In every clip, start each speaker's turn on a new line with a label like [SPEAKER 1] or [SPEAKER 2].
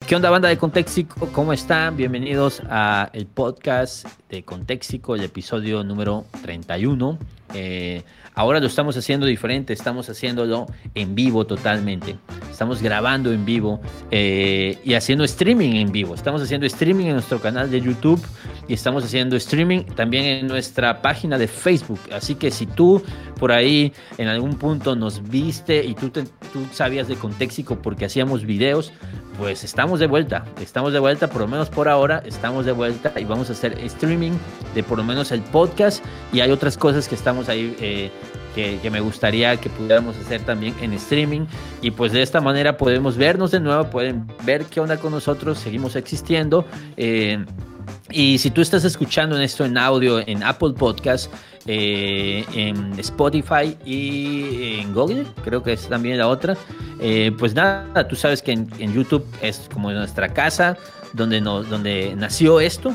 [SPEAKER 1] ¿Qué onda, banda de Contextico? ¿Cómo están? Bienvenidos a el podcast de Contextico, el episodio número 31. Ahora lo estamos haciendo diferente, estamos haciéndolo en vivo totalmente. Estamos grabando en vivo y haciendo streaming en vivo. Estamos haciendo streaming en nuestro canal de YouTube y estamos haciendo streaming también en nuestra página de Facebook. Así que si tú por ahí en algún punto nos viste y tú sabías de Contextico porque hacíamos videos, pues estamos de vuelta, por lo menos por ahora estamos de vuelta y vamos a hacer streaming de por lo menos el podcast, y hay otras cosas que estamos ahí que me gustaría que pudiéramos hacer también en streaming, y pues de esta manera podemos vernos de nuevo, pueden ver qué onda con nosotros, seguimos existiendo. Y si tú estás escuchando esto en audio en Apple Podcast, en Spotify y en Google, creo que es también la otra, pues nada, tú sabes que en YouTube es como nuestra casa donde nació esto,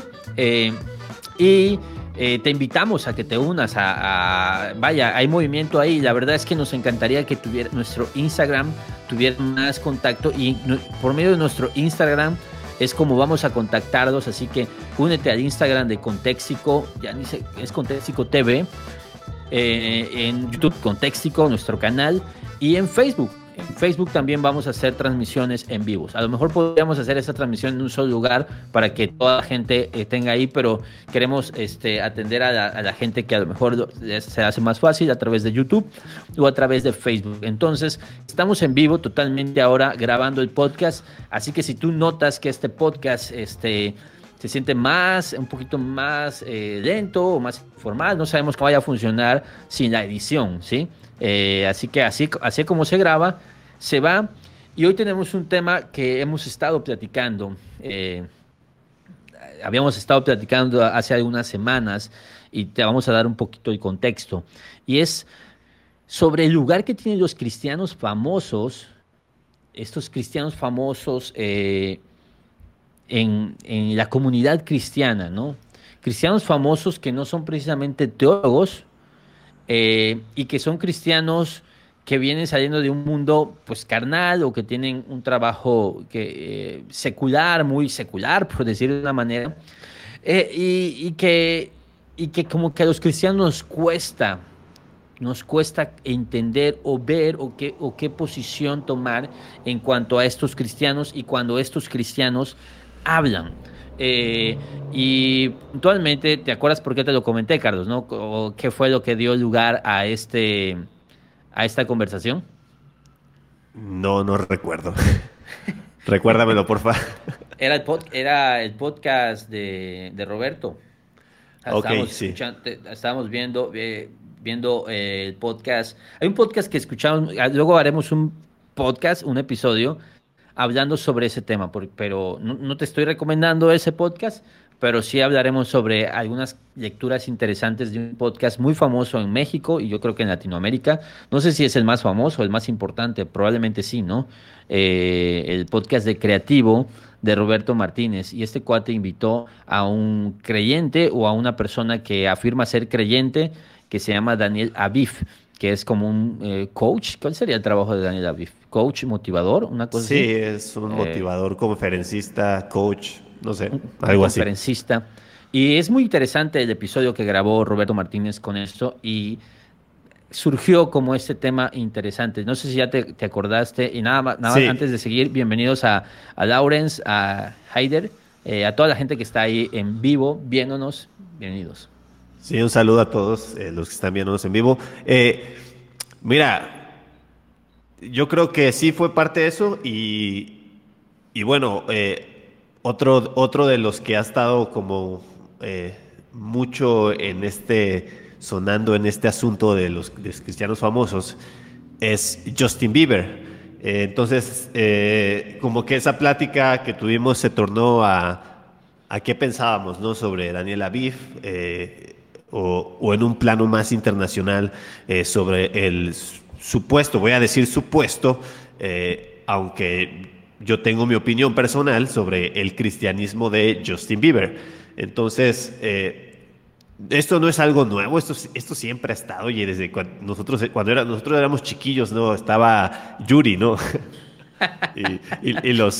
[SPEAKER 1] y te invitamos a que te unas vaya, hay movimiento ahí. La verdad es que nos encantaría que nuestro Instagram tuviera más contacto, y por medio de nuestro Instagram es como vamos a contactarlos, así que únete al Instagram de Contextico, ya dice, es Contextico TV, en YouTube Contextico, nuestro canal, y en Facebook. En Facebook también vamos a hacer transmisiones en vivos. A lo mejor podríamos hacer esta transmisión en un solo lugar para que toda la gente tenga ahí, pero queremos atender a la gente que a lo mejor se hace más fácil a través de YouTube o a través de Facebook. Entonces, estamos en vivo totalmente ahora grabando el podcast, así que si tú notas que este podcast se siente un poquito más lento o más formal, no sabemos cómo vaya a funcionar sin la edición, ¿sí? Así que así como se graba, se va. Y hoy tenemos un tema que hemos estado platicando. Habíamos estado platicando hace algunas semanas y te vamos a dar un poquito de contexto. Y es sobre el lugar que tienen los cristianos famosos, estos cristianos famosos en la comunidad cristiana, ¿no? Cristianos famosos que no son precisamente teólogos, y que son cristianos que vienen saliendo de un mundo pues carnal, o que tienen un trabajo secular, muy secular, por decirlo de una manera, y que como que a los cristianos nos cuesta entender o ver o qué posición tomar en cuanto a estos cristianos y cuando estos cristianos hablan. Y puntualmente, ¿te acuerdas por qué te lo comenté, Carlos, no? ¿O qué fue lo que dio lugar a esta conversación?
[SPEAKER 2] No recuerdo. Recuérdamelo, porfa.
[SPEAKER 1] Era el podcast de Roberto.
[SPEAKER 2] Ok, sí.
[SPEAKER 1] Estábamos viendo el podcast. Hay un podcast que escuchamos, luego haremos un episodio hablando sobre ese tema, pero no te estoy recomendando ese podcast, pero sí hablaremos sobre algunas lecturas interesantes de un podcast muy famoso en México y yo creo que en Latinoamérica. No sé si es el más famoso, el más importante, probablemente sí, ¿no? El podcast de Creativo de Roberto Martínez, y este cuate invitó a un creyente o a una persona que afirma ser creyente, que se llama Daniel Aviv, que es como un coach. ¿Cuál sería el trabajo de Daniel Aviv? ¿Coach, motivador, una cosa
[SPEAKER 2] Sí,
[SPEAKER 1] así?
[SPEAKER 2] es un
[SPEAKER 1] Eh,
[SPEAKER 2] motivador, conferencista, coach, no sé,
[SPEAKER 1] un
[SPEAKER 2] algo así.
[SPEAKER 1] conferencista. Y es muy interesante el episodio que grabó Roberto Martínez con esto, y surgió como este tema interesante. No sé si ya te acordaste, y nada más,
[SPEAKER 2] Sí,
[SPEAKER 1] antes de seguir, bienvenidos a Lawrence, a Haider, a toda la gente que está ahí en vivo viéndonos, bienvenidos.
[SPEAKER 2] sí, un saludo a todos los que están viéndonos en vivo. Mira, yo creo que sí fue parte de eso y bueno, otro de los que ha estado como mucho sonando en este asunto de los cristianos famosos es Justin Bieber. Entonces, como que esa plática que tuvimos se tornó a qué pensábamos, ¿no? Sobre Daniel Aviv, o en un plano más internacional, sobre el supuesto, voy a decir supuesto, aunque yo tengo mi opinión personal sobre el cristianismo de Justin Bieber. Entonces, esto no es algo nuevo, esto siempre ha estado, y desde nosotros éramos chiquillos, ¿no? Estaba Yuri, ¿no? Y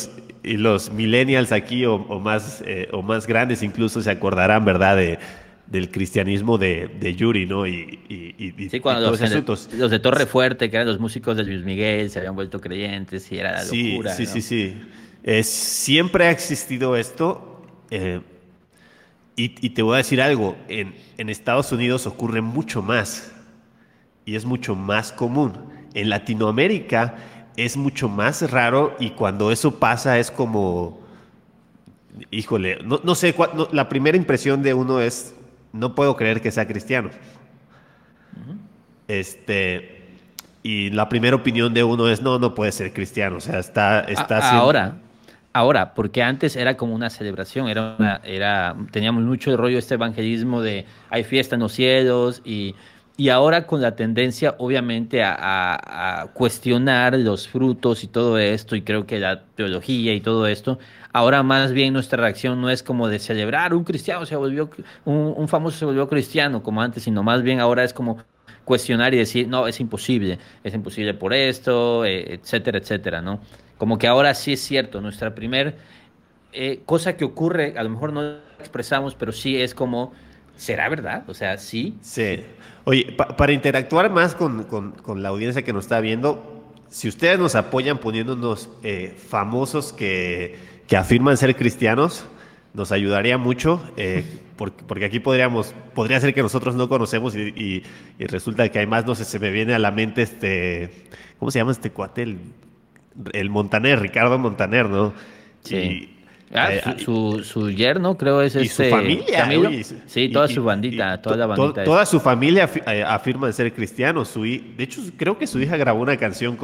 [SPEAKER 2] y los millennials aquí o más grandes incluso se acordarán, ¿verdad? Del cristianismo de Yuri, ¿no?
[SPEAKER 1] Sí,
[SPEAKER 2] Y
[SPEAKER 1] cuando
[SPEAKER 2] todos esos asuntos.
[SPEAKER 1] los de Torre Fuerte, que eran los músicos de Luis Miguel, se habían vuelto creyentes y era la
[SPEAKER 2] Sí,
[SPEAKER 1] locura,
[SPEAKER 2] sí, sí,
[SPEAKER 1] ¿no?
[SPEAKER 2] sí. Siempre ha existido esto. Y te voy a decir algo, en Estados Unidos ocurre mucho más y es mucho más común. En Latinoamérica es mucho más raro y cuando eso pasa es como, híjole, no sé, la primera impresión de uno es, no puedo creer que sea cristiano.
[SPEAKER 1] Ujú.
[SPEAKER 2] Este, y la primera opinión de uno es, no, no puede ser cristiano. O sea, está haciendo...
[SPEAKER 1] Ahora, porque antes era como una celebración, teníamos mucho el rollo este evangelismo de hay fiesta en los cielos y ahora con la tendencia obviamente a cuestionar los frutos y todo esto y creo que la teología y todo esto, ahora más bien nuestra reacción no es como de celebrar un cristiano se volvió, un famoso se volvió cristiano como antes, sino más bien ahora es como cuestionar y decir, no, es imposible por esto, etcétera, etcétera, ¿no? Como que ahora sí es cierto, nuestra primer cosa que ocurre, a lo mejor no la expresamos, pero sí es como, ¿será verdad? O sea, sí.
[SPEAKER 2] Sí. Oye, para interactuar más con la audiencia que nos está viendo, si ustedes nos apoyan poniéndonos famosos que afirman ser cristianos, nos ayudaría mucho, porque aquí podría ser que nosotros no conocemos y resulta que además, no sé, se me viene a la mente ¿cómo se llama este cuate? El Montaner, Ricardo Montaner, ¿no?
[SPEAKER 1] Sí.
[SPEAKER 2] Y,
[SPEAKER 1] Ah, su yerno creo es
[SPEAKER 2] y su
[SPEAKER 1] este
[SPEAKER 2] familia,
[SPEAKER 1] Camilo.
[SPEAKER 2] oye,
[SPEAKER 1] Sí, toda su bandita, toda la bandita es.
[SPEAKER 2] toda su familia afirma ser cristianos. De hecho, creo que su hija grabó una canción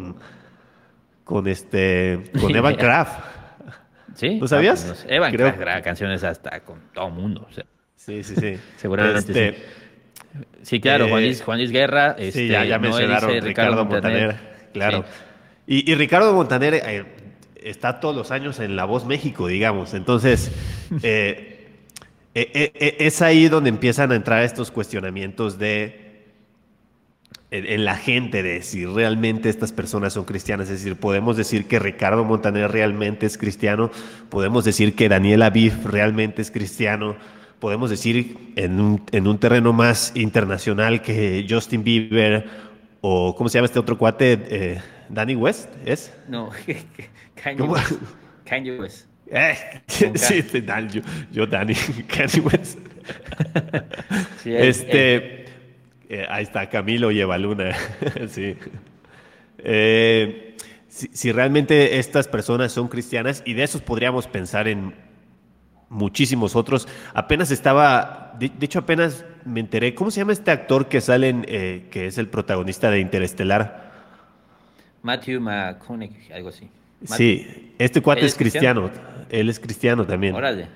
[SPEAKER 2] con Evan Kraft.
[SPEAKER 1] Sí,
[SPEAKER 2] ¿No
[SPEAKER 1] ah, pues
[SPEAKER 2] sabías?
[SPEAKER 1] no sé. Evan
[SPEAKER 2] Creo.
[SPEAKER 1] Crash graba canciones hasta con todo mundo. O sea,
[SPEAKER 2] Sí, sí, sí.
[SPEAKER 1] seguramente sí.
[SPEAKER 2] Este,
[SPEAKER 1] Sí, claro,
[SPEAKER 2] eh,
[SPEAKER 1] Juan Luis Guerra,
[SPEAKER 2] sí, ya
[SPEAKER 1] Noé dice
[SPEAKER 2] mencionaron
[SPEAKER 1] Ricardo
[SPEAKER 2] Ricardo
[SPEAKER 1] Montaner.
[SPEAKER 2] Montaner, claro.
[SPEAKER 1] Sí.
[SPEAKER 2] Y Ricardo Montaner está todos los años en La Voz México, digamos. Entonces, es ahí donde empiezan a entrar estos cuestionamientos en la gente de si realmente estas personas son cristianas. Es decir, podemos decir que Ricardo Montaner realmente es cristiano, podemos decir que Daniel Aviv realmente es cristiano, podemos decir en un terreno más internacional que Justin Bieber o ¿cómo se llama este otro cuate? Danny West, ¿es?
[SPEAKER 1] No, Kanye
[SPEAKER 2] ¿Cómo?
[SPEAKER 1] West. Kanye West.
[SPEAKER 2] Eh,
[SPEAKER 1] Con
[SPEAKER 2] sí,
[SPEAKER 1] K.
[SPEAKER 2] yo Danny, Kanye West.
[SPEAKER 1] Sí, él.
[SPEAKER 2] Este, ahí está Camilo y Evaluna. Sí. Si realmente estas personas son cristianas, y de esos podríamos pensar en muchísimos otros. De hecho, apenas me enteré, ¿cómo se llama este actor que que es el protagonista de Interestelar?
[SPEAKER 1] Matthew McConaughey, algo así. Matthew.
[SPEAKER 2] Sí, este cuate
[SPEAKER 1] ¿Él
[SPEAKER 2] es
[SPEAKER 1] es cristiano?
[SPEAKER 2] cristiano, él es cristiano también.
[SPEAKER 1] Órale.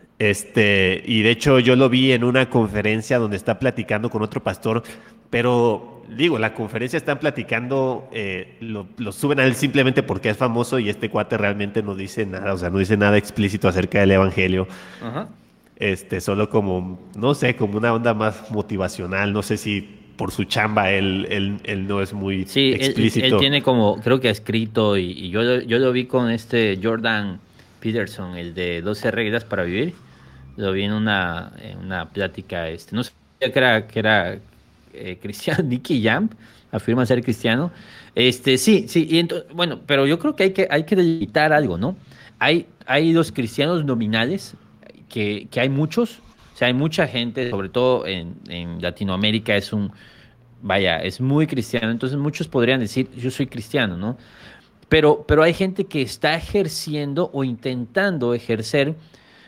[SPEAKER 2] Y de hecho yo lo vi en una conferencia donde está platicando con otro pastor, pero digo, la conferencia están platicando, lo suben a él simplemente porque es famoso y este cuate realmente no dice nada, o sea, no dice nada explícito acerca del evangelio,
[SPEAKER 1] Ajá.
[SPEAKER 2] solo como, no sé, como una onda más motivacional, no sé si por su chamba él no es muy
[SPEAKER 1] Sí, él
[SPEAKER 2] explícito.
[SPEAKER 1] tiene como, creo que ha escrito, y yo lo vi con este Jordan Peterson, el de 12 reglas para vivir. Lo vi en una plática, no sabía que era cristiano, Nicky Jam, afirma ser cristiano. Sí, sí, bueno, pero yo creo que hay que delimitar algo, ¿no? Hay los cristianos nominales, que hay muchos, o sea, hay mucha gente, sobre todo en Latinoamérica, vaya, es muy cristiano, entonces muchos podrían decir, yo soy cristiano, ¿no? Pero hay gente que está ejerciendo o intentando ejercer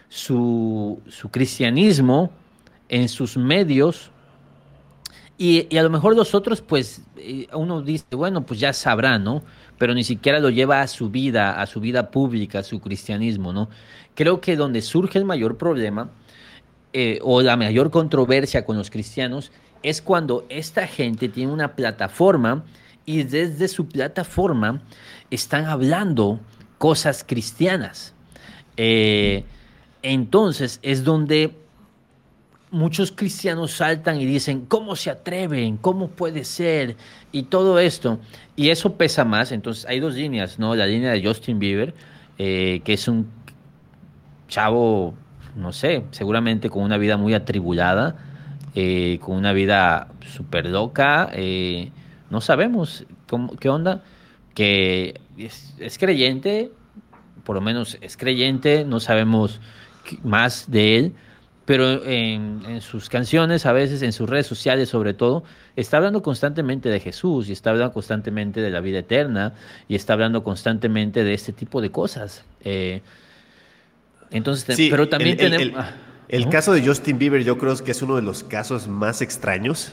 [SPEAKER 1] su cristianismo en sus medios y a lo mejor los otros, pues uno dice, bueno, pues ya sabrá, ¿no? Pero ni siquiera lo lleva a su vida pública, a su cristianismo, ¿no? Creo que donde surge el mayor problema o la mayor controversia con los cristianos es cuando esta gente tiene una plataforma y desde su plataforma están hablando cosas cristianas. Eh, entonces es donde muchos cristianos saltan y dicen, ¿cómo se atreven? ¿Cómo puede ser? Y todo esto. Y eso pesa más. Entonces hay dos líneas, ¿no? La línea de Justin Bieber que es un chavo, no sé, seguramente con una vida muy atribulada, con una vida súper loca, no sabemos qué onda, que es creyente, por lo menos es creyente, no sabemos más de él, pero en sus canciones, a veces en sus redes sociales sobre todo, está hablando constantemente de Jesús y está hablando constantemente de la vida eterna y está hablando constantemente de este tipo de cosas. Entonces, pero
[SPEAKER 2] Sí,
[SPEAKER 1] también tenemos...
[SPEAKER 2] el
[SPEAKER 1] ¿no?
[SPEAKER 2] caso de Justin Bieber yo creo que es uno de los casos más extraños,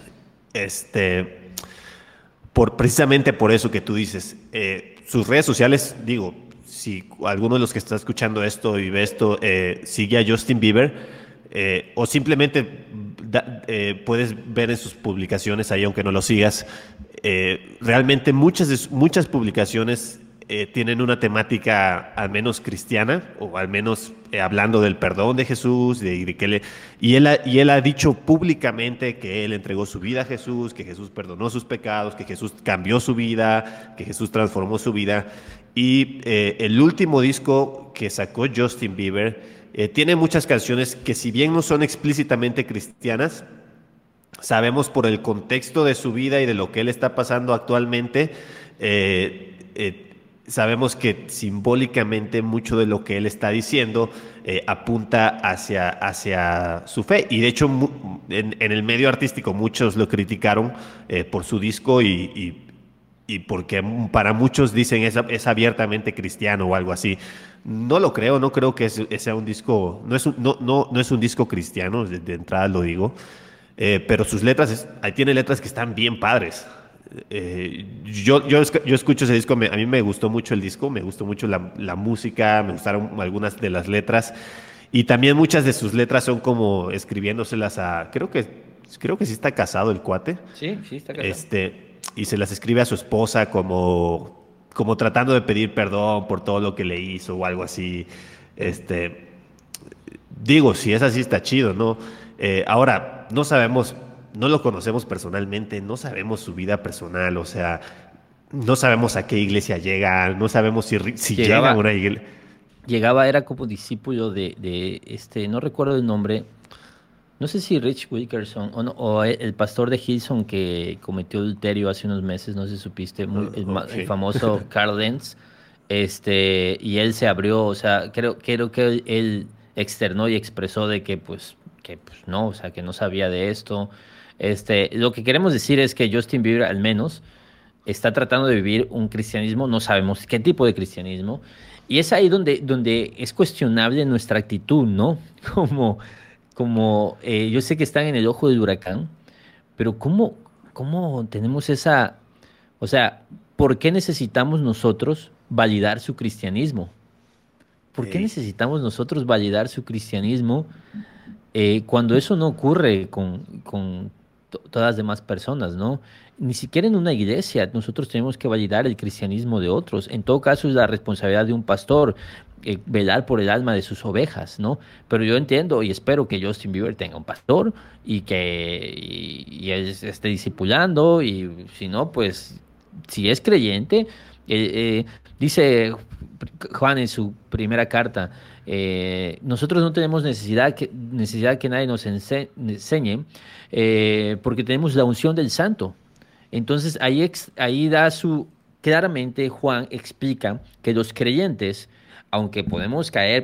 [SPEAKER 2] precisamente por eso que tú dices. Sus redes sociales, digo, si alguno de los que está escuchando esto y ve esto sigue a Justin Bieber, o simplemente puedes ver en sus publicaciones ahí, aunque no lo sigas, realmente muchas publicaciones tienen una temática al menos cristiana, o al menos hablando del perdón de Jesús, y él ha dicho públicamente que él entregó su vida a Jesús, que Jesús perdonó sus pecados, que Jesús cambió su vida, que Jesús transformó su vida. Y el último disco que sacó Justin Bieber tiene muchas canciones que, si bien no son explícitamente cristianas, sabemos por el contexto de su vida y de lo que él está pasando actualmente, sabemos que simbólicamente mucho de lo que él está diciendo apunta hacia su fe. Y de hecho, en el medio artístico muchos lo criticaron por su disco y porque para muchos dicen es abiertamente cristiano o algo así. No lo creo, no creo que sea un disco, no es un disco cristiano, de entrada lo digo. Pero sus letras, ahí tiene letras que están bien padres. Yo escucho ese disco, a mí me gustó mucho el disco, me gustó mucho la música, me gustaron algunas de las letras y también muchas de sus letras son como escribiéndoselas creo que sí está casado el cuate,
[SPEAKER 1] Sí, sí, está casado.
[SPEAKER 2] y se las escribe a su esposa como tratando de pedir perdón por todo lo que le hizo o algo así. Este, Digo, si es así está chido, ¿no? Ahora, no sabemos, no lo conocemos personalmente, no sabemos su vida personal, o sea, no sabemos a qué iglesia llega, no sabemos si llega a
[SPEAKER 1] Llegaba,
[SPEAKER 2] una iglesia.
[SPEAKER 1] era como discípulo no recuerdo el nombre, no sé si Rich Wilkerson o, o el pastor de Hilson que cometió adulterio hace unos meses, no sé si supiste,
[SPEAKER 2] Ok.
[SPEAKER 1] el famoso Carl Lenz, y él se abrió, o sea, creo que él externó y expresó de que pues no, o sea, que no sabía de esto. Lo que queremos decir es que Justin Bieber al menos está tratando de vivir un cristianismo, no sabemos qué tipo de cristianismo, y es ahí donde es cuestionable nuestra actitud, ¿no? Yo sé que están en el ojo del huracán, pero ¿cómo tenemos esa, o sea, ¿por qué necesitamos nosotros validar su cristianismo? ¿Por qué
[SPEAKER 2] Ey.
[SPEAKER 1] necesitamos nosotros validar su cristianismo cuando eso no ocurre con todas las demás personas, ¿no? Ni siquiera en una iglesia nosotros tenemos que validar el cristianismo de otros. En todo caso es la responsabilidad de un pastor velar por el alma de sus ovejas, ¿no? Pero yo entiendo y espero que Justin Bieber tenga un pastor y él esté discipulando y si no, pues si es creyente, dice Juan en su primera carta, nosotros no tenemos necesidad que nadie nos enseñe, porque tenemos la unción del Santo. Entonces ahí claramente Juan explica que los creyentes, aunque podemos caer,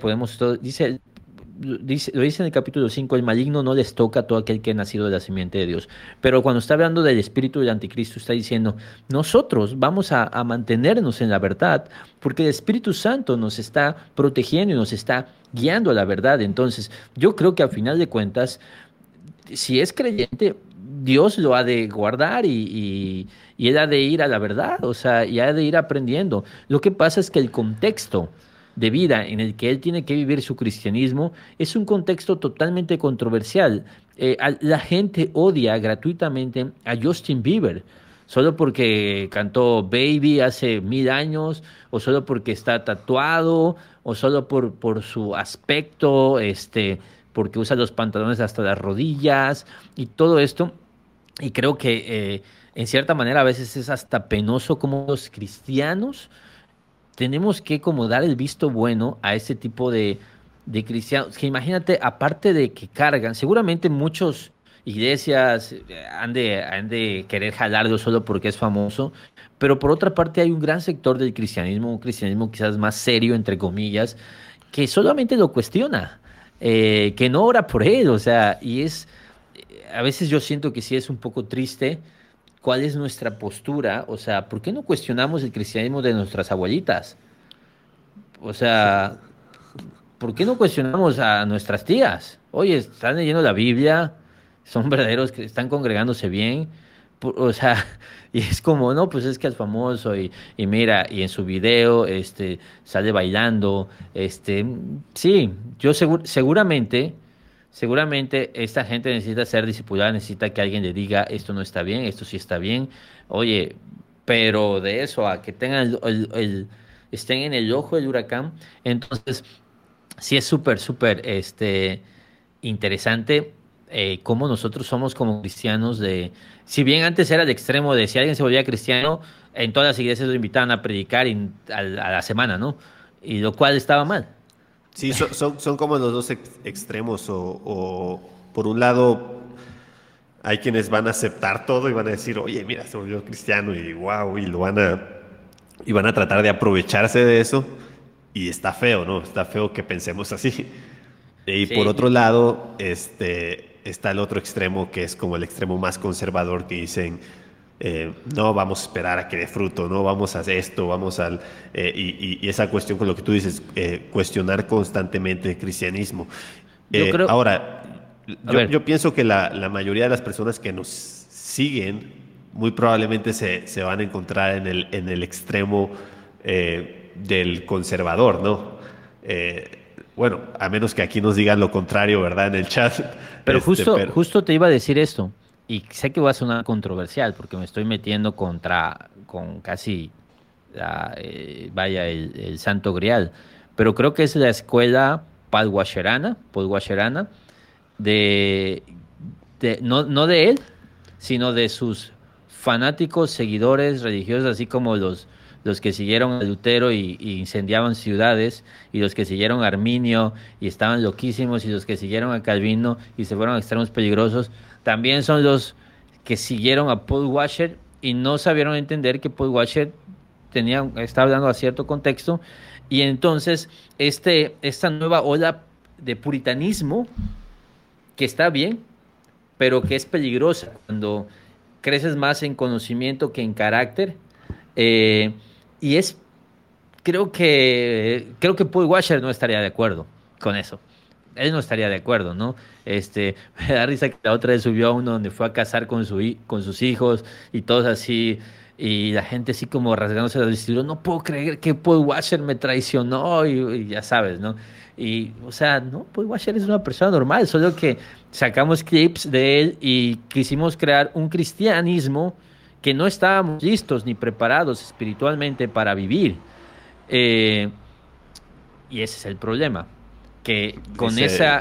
[SPEAKER 1] lo dice en el capítulo 5: el maligno no les toca a todo aquel que ha nacido de la simiente de Dios. Pero cuando está hablando del espíritu del anticristo, está diciendo, nosotros vamos a mantenernos en la verdad, porque el Espíritu Santo nos está protegiendo y nos está guiando a la verdad. Entonces, yo creo que al final de cuentas, si es creyente, Dios lo ha de guardar y él ha de ir a la verdad, o sea, y ha de ir aprendiendo. Lo que pasa es que el contexto de vida en el que él tiene que vivir su cristianismo es un contexto totalmente controversial. La gente odia gratuitamente a Justin Bieber. Solo porque cantó Baby hace 1000 años, o solo porque está tatuado, o solo por su aspecto, porque usa los pantalones hasta las rodillas y todo esto. Y creo que en cierta manera a veces es hasta penoso como los cristianos tenemos que como dar el visto bueno a este tipo de cristianos, que imagínate, aparte de que cargan, seguramente muchos iglesias han de querer jalarlo solo porque es famoso, pero por otra parte hay un gran sector del cristianismo, un cristianismo quizás más serio, entre comillas, que solamente lo cuestiona, que no ora por él, o sea, a veces yo siento que sí es un poco triste cuál es nuestra postura, o sea, ¿por qué no cuestionamos el cristianismo de nuestras abuelitas? O sea, ¿por qué no cuestionamos a nuestras tías? Oye, están leyendo la Biblia, son verdaderos, que están congregándose bien. O sea, y es como, no, pues es que es famoso y mira, y en su video sale bailando. Sí, seguramente esta gente necesita ser discipulada, necesita que alguien le diga esto no está bien, esto sí está bien. Oye, pero de eso a que tengan estén en el ojo del huracán, entonces sí es súper, interesante cómo nosotros somos como cristianos si bien antes era el extremo de si alguien se volvía cristiano, en todas las iglesias lo invitaban a predicar a la semana, ¿no? Y lo cual estaba mal.
[SPEAKER 2] Sí, son como los dos extremos, o por un lado hay quienes van a aceptar todo y van a decir, oye, mira, se volvió cristiano y wow, y van a tratar de aprovecharse de eso, y está feo, ¿no? Está feo que pensemos así. Y por
[SPEAKER 1] Sí,
[SPEAKER 2] otro lado, está el otro extremo, que es como el extremo más conservador, que dicen, no, vamos a esperar a que dé fruto, no, vamos a hacer esto, y esa cuestión con lo que tú dices, cuestionar constantemente el cristianismo.
[SPEAKER 1] yo creo,
[SPEAKER 2] Ahora,
[SPEAKER 1] a
[SPEAKER 2] yo,
[SPEAKER 1] ver,
[SPEAKER 2] yo pienso que la mayoría de las personas que nos siguen muy probablemente se van a encontrar en el extremo del conservador, ¿no? Bueno, a menos que aquí nos digan lo contrario, ¿verdad? En el chat.
[SPEAKER 1] pero justo,
[SPEAKER 2] Pero
[SPEAKER 1] justo te iba a decir esto, y sé que va a sonar controversial, porque me estoy metiendo con casi vaya, el Santo Grial. Pero creo que es la escuela Padwasherana, de, no de él, sino de sus fanáticos, seguidores religiosos, así como los que siguieron a Lutero y incendiaban ciudades, y los que siguieron a Arminio y estaban loquísimos, y los que siguieron a Calvino y se fueron a extremos peligrosos, también son los que siguieron a Paul Washer y no sabieron entender que Paul Washer estaba hablando a cierto contexto, y entonces esta nueva ola de puritanismo que está bien, pero que es peligrosa cuando creces más en conocimiento que en carácter. eh, y creo que Paul Washer no estaría de acuerdo con eso. Él no estaría de acuerdo, ¿no? Me da risa que la otra vez subió a uno donde fue a casar con sus hijos y todos así, y la gente así como rasgándose los vestidos, no puedo creer que Paul Washer me traicionó, y ya sabes, ¿no? Y, o sea, no, Paul Washer es una persona normal, solo que sacamos clips de él y quisimos crear un cristianismo que no estábamos listos ni preparados espiritualmente para vivir. Eh, y ese es el problema, que
[SPEAKER 2] dice,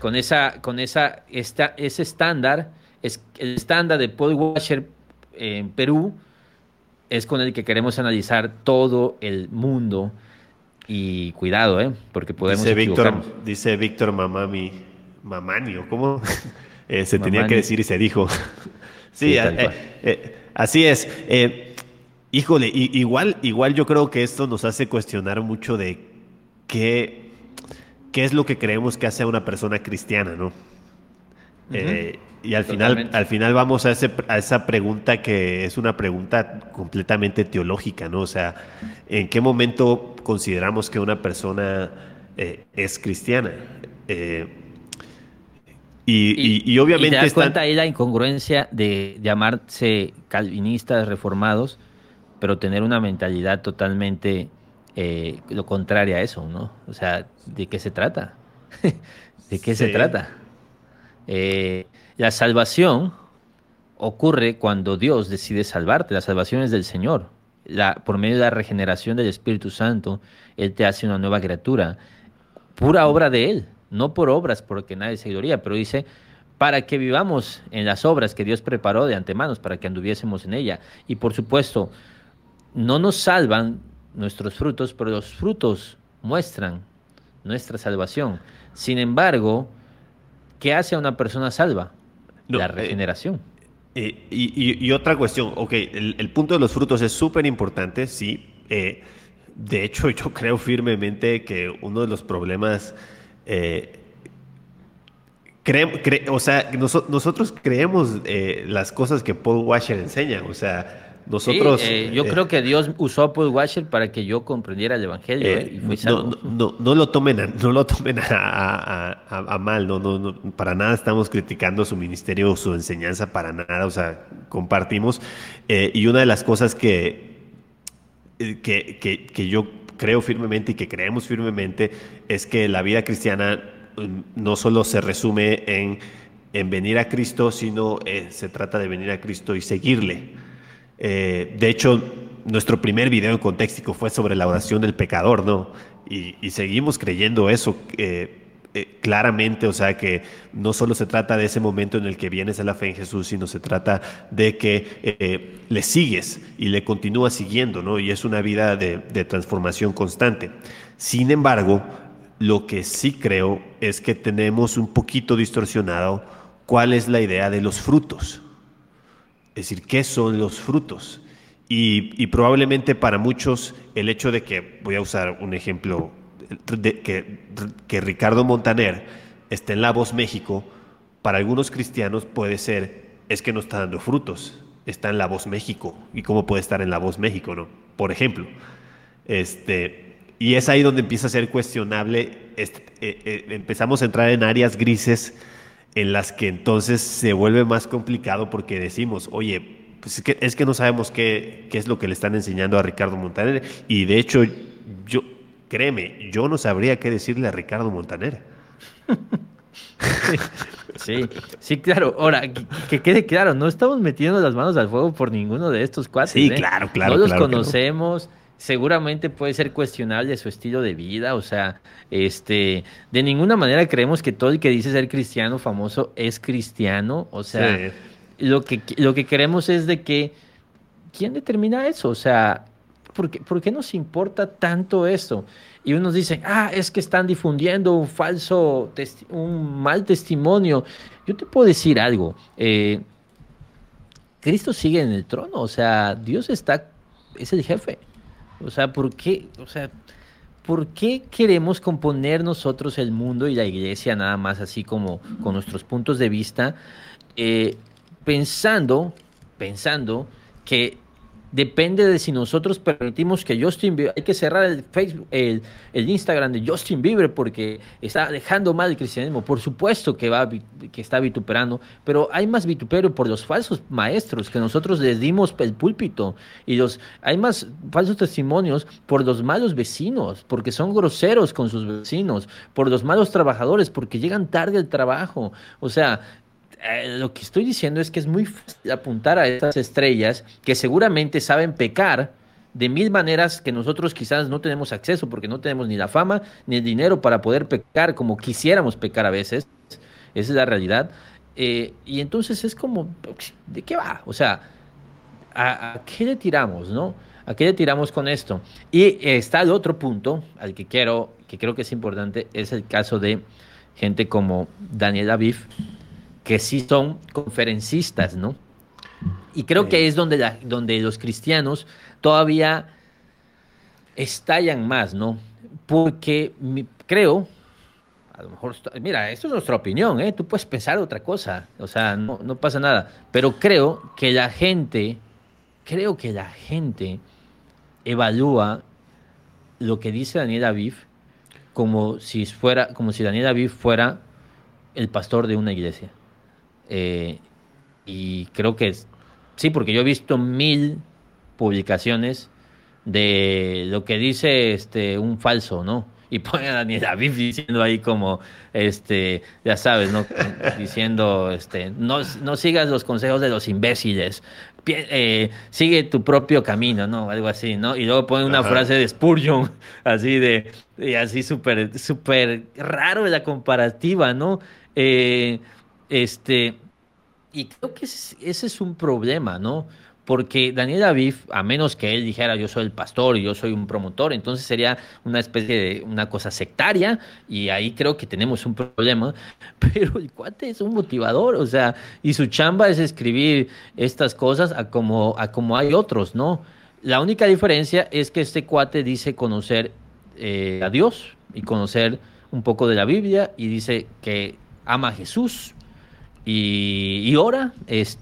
[SPEAKER 1] ese estándar, es el estándar de Paul Washer en Perú, es con el que queremos analizar todo el mundo. Y cuidado, porque podemos equivocarnos.
[SPEAKER 2] dice Víctor Mamanio, ¿cómo? Se tenía que
[SPEAKER 1] Mamani,
[SPEAKER 2] decir y se dijo. Sí,
[SPEAKER 1] sí, tal cual.
[SPEAKER 2] así es. Híjole, igual yo creo que esto nos hace cuestionar mucho de qué, qué es lo que creemos que hace a una persona cristiana, ¿no?
[SPEAKER 1] Ujú,
[SPEAKER 2] Y al final,
[SPEAKER 1] totalmente.
[SPEAKER 2] al final vamos a esa pregunta, que es una pregunta completamente teológica, ¿no? O sea, ¿en qué momento consideramos que una persona es cristiana? Eh, y
[SPEAKER 1] Y te
[SPEAKER 2] obviamente
[SPEAKER 1] das
[SPEAKER 2] están,
[SPEAKER 1] cuenta ahí la incongruencia de llamarse calvinistas reformados, pero tener una mentalidad totalmente lo contraria a eso, ¿no? O sea, ¿de qué se trata? ¿De qué se
[SPEAKER 2] sí,
[SPEAKER 1] trata? La salvación ocurre cuando Dios decide salvarte. La salvación es del Señor. Por medio de la regeneración del Espíritu Santo, Él te hace una nueva criatura, pura obra de Él, no por obras, porque nadie se gloría, pero dice, para que vivamos en las obras que Dios preparó de antemano, para que anduviésemos en ella. Y por supuesto, no nos salvan nuestros frutos, pero los frutos muestran nuestra salvación. Sin embargo, ¿qué hace a una persona salva?
[SPEAKER 2] No,
[SPEAKER 1] La regeneración.
[SPEAKER 2] y otra cuestión, ok, el punto de los frutos es súper importante, sí. De hecho, yo creo firmemente que uno de los problemas, eh, o sea, nosotros creemos las cosas que Paul Washer enseña, o sea,
[SPEAKER 1] Sí,
[SPEAKER 2] nosotros
[SPEAKER 1] yo creo que Dios usó a Paul Washer para que yo comprendiera el Evangelio, y fui salvo.
[SPEAKER 2] no lo tomen no lo tomen a mal, no, para nada estamos criticando su ministerio o su enseñanza, para nada, o sea, compartimos. Y una de las cosas que yo creo firmemente y que creemos firmemente es que la vida cristiana no solo se resume en venir a Cristo, sino se trata de venir a Cristo y seguirle. De hecho, nuestro primer video en Contextico fue sobre la oración del pecador, ¿no? Y seguimos creyendo eso claramente, o sea que no solo se trata de ese momento en el que vienes a la fe en Jesús, sino se trata de que le sigues y le continúas siguiendo, ¿no? Y es una vida de transformación constante. Sin embargo, lo que sí creo es que tenemos un poquito distorsionado cuál es la idea de los frutos. Es decir, ¿qué son los frutos? Y probablemente para muchos el hecho de que, voy a usar un ejemplo, que Ricardo Montaner esté en La Voz México, para algunos cristianos puede ser, es que no está dando frutos, está en La Voz México. ¿Y cómo puede estar en La Voz México, no? Por ejemplo. Y es ahí donde empieza a ser cuestionable, empezamos a entrar en áreas grises en las que entonces se vuelve más complicado porque decimos, oye, pues es que no sabemos qué es lo que le están enseñando a Ricardo Montaner. Y de hecho, yo, créeme, yo no sabría qué decirle a Ricardo Montaner.
[SPEAKER 1] Sí, sí, claro. Ahora, que quede claro, no estamos metiendo las manos al fuego por ninguno de estos cuates,
[SPEAKER 2] Sí,
[SPEAKER 1] ¿eh?
[SPEAKER 2] claro,
[SPEAKER 1] No
[SPEAKER 2] claro,
[SPEAKER 1] los
[SPEAKER 2] claro que no.
[SPEAKER 1] conocemos, seguramente puede ser cuestionable su estilo de vida, o sea, de ninguna manera creemos que todo el que dice ser cristiano famoso es cristiano, o
[SPEAKER 2] Sí.
[SPEAKER 1] sea, lo que queremos es de que, ¿quién determina eso? O sea, ¿por qué nos importa tanto esto? Y unos dicen, es que están difundiendo un mal testimonio. Yo te puedo decir algo, Cristo sigue en el trono, o sea, es el jefe. O sea, ¿por qué? O sea, ¿por qué queremos componer nosotros el mundo y la iglesia nada más así como con nuestros puntos de vista, eh, pensando, pensando que depende de si nosotros permitimos que Justin Bieber, hay que cerrar el Facebook, el Instagram de Justin Bieber porque está dejando mal el cristianismo? Por supuesto que está vituperando, pero hay más vituperio por los falsos maestros que nosotros les dimos el púlpito, y hay más falsos testimonios por los malos vecinos, porque son groseros con sus vecinos, por los malos trabajadores, porque llegan tarde al trabajo. O sea, lo que estoy diciendo es que es muy fácil apuntar a estas estrellas que seguramente saben pecar de mil maneras que nosotros quizás no tenemos acceso porque no tenemos ni la fama ni el dinero para poder pecar como quisiéramos pecar a veces. Esa es la realidad. Y entonces es como, ¿de qué va? O sea, ¿a qué le tiramos, no? ¿A qué le tiramos con esto? Y está el otro punto al que creo que es importante, es el caso de gente como Daniel Aviv, que sí son conferencistas, ¿no? Y creo que
[SPEAKER 2] Sí.
[SPEAKER 1] es donde los cristianos todavía estallan más, ¿no? Porque creo, a lo mejor, mira, esto es nuestra opinión, ¿eh? Tú puedes pensar otra cosa, o sea, no pasa nada, pero creo que la gente evalúa lo que dice Daniel Aviv como si Daniel Aviv fuera el pastor de una iglesia. Eh, Y creo que sí, porque yo he visto 1000 publicaciones de lo que dice un falso, ¿no? Y ponen a Daniel Aviv diciendo ahí como, ya sabes, ¿no? Diciendo, no sigas los consejos de los imbéciles, sigue tu propio camino, ¿no? Algo así, ¿no? Y luego ponen una
[SPEAKER 2] Ajá.
[SPEAKER 1] frase de Spurgeon, y así súper, súper raro la comparativa, ¿no? Eh, este. Y creo que ese es un problema, ¿no? porque Daniel Aviv, a menos que él dijera yo soy el pastor y yo soy un promotor, entonces sería una especie de una cosa sectaria y ahí creo que tenemos un problema, pero el cuate es un motivador, o sea, y su chamba es escribir estas cosas a como hay otros, ¿no? La única diferencia es que este cuate dice conocer a Dios y conocer un poco de la Biblia y dice que ama a Jesús y ora,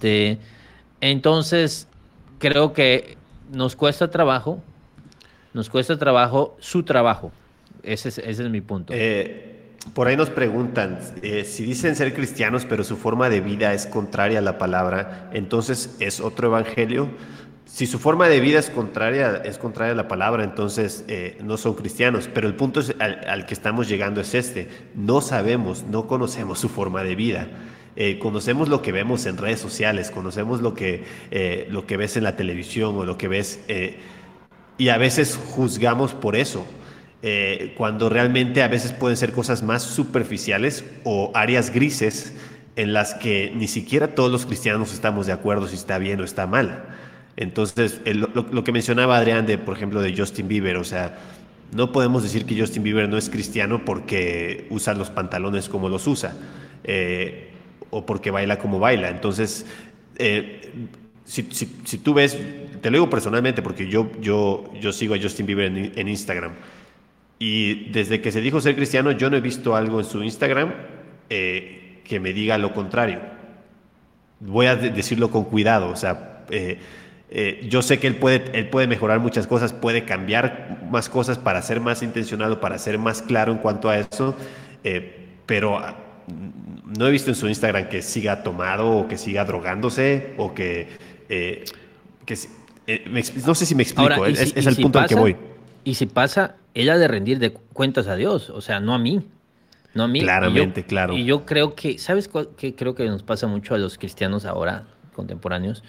[SPEAKER 1] entonces creo que nos cuesta trabajo, nos cuesta trabajo su trabajo. Ese es mi punto.
[SPEAKER 2] Por ahí nos preguntan, si dicen ser cristianos, pero su forma de vida es contraria a la palabra, entonces ¿es otro evangelio? Si su forma de vida es contraria a la palabra, entonces no son cristianos. Pero el punto al que estamos llegando es este. No sabemos, no conocemos su forma de vida. Conocemos lo que vemos en redes sociales, conocemos lo que ves en la televisión o lo que ves y a veces juzgamos por eso, cuando realmente a veces pueden ser cosas más superficiales o áreas grises en las que ni siquiera todos los cristianos estamos de acuerdo si está bien o está mal. Entonces, lo que mencionaba Adrián de, por ejemplo, de Justin Bieber, o sea, no podemos decir que Justin Bieber no es cristiano porque usa los pantalones como los usa, o porque baila como baila. Entonces, eh, si tú ves, te lo digo personalmente porque yo sigo a Justin Bieber en Instagram y desde que se dijo ser cristiano yo no he visto algo en su Instagram que me diga lo contrario. Voy a decirlo con cuidado, o sea, yo sé que él puede mejorar muchas cosas, puede cambiar más cosas para ser más intencionado, para ser más claro en cuanto a eso, pero no he visto en su Instagram que siga tomado o que siga drogándose o eh, que si- no sé si me
[SPEAKER 1] Ahora,
[SPEAKER 2] explico, es el punto al que voy.
[SPEAKER 1] y si pasa, ella ha de rendir de cuentas a Dios, o sea, no a mí, no a mí. Y yo,
[SPEAKER 2] Claramente, claro.
[SPEAKER 1] y yo creo que, ¿sabes qué creo que nos pasa mucho a los cristianos ahora, contemporáneos?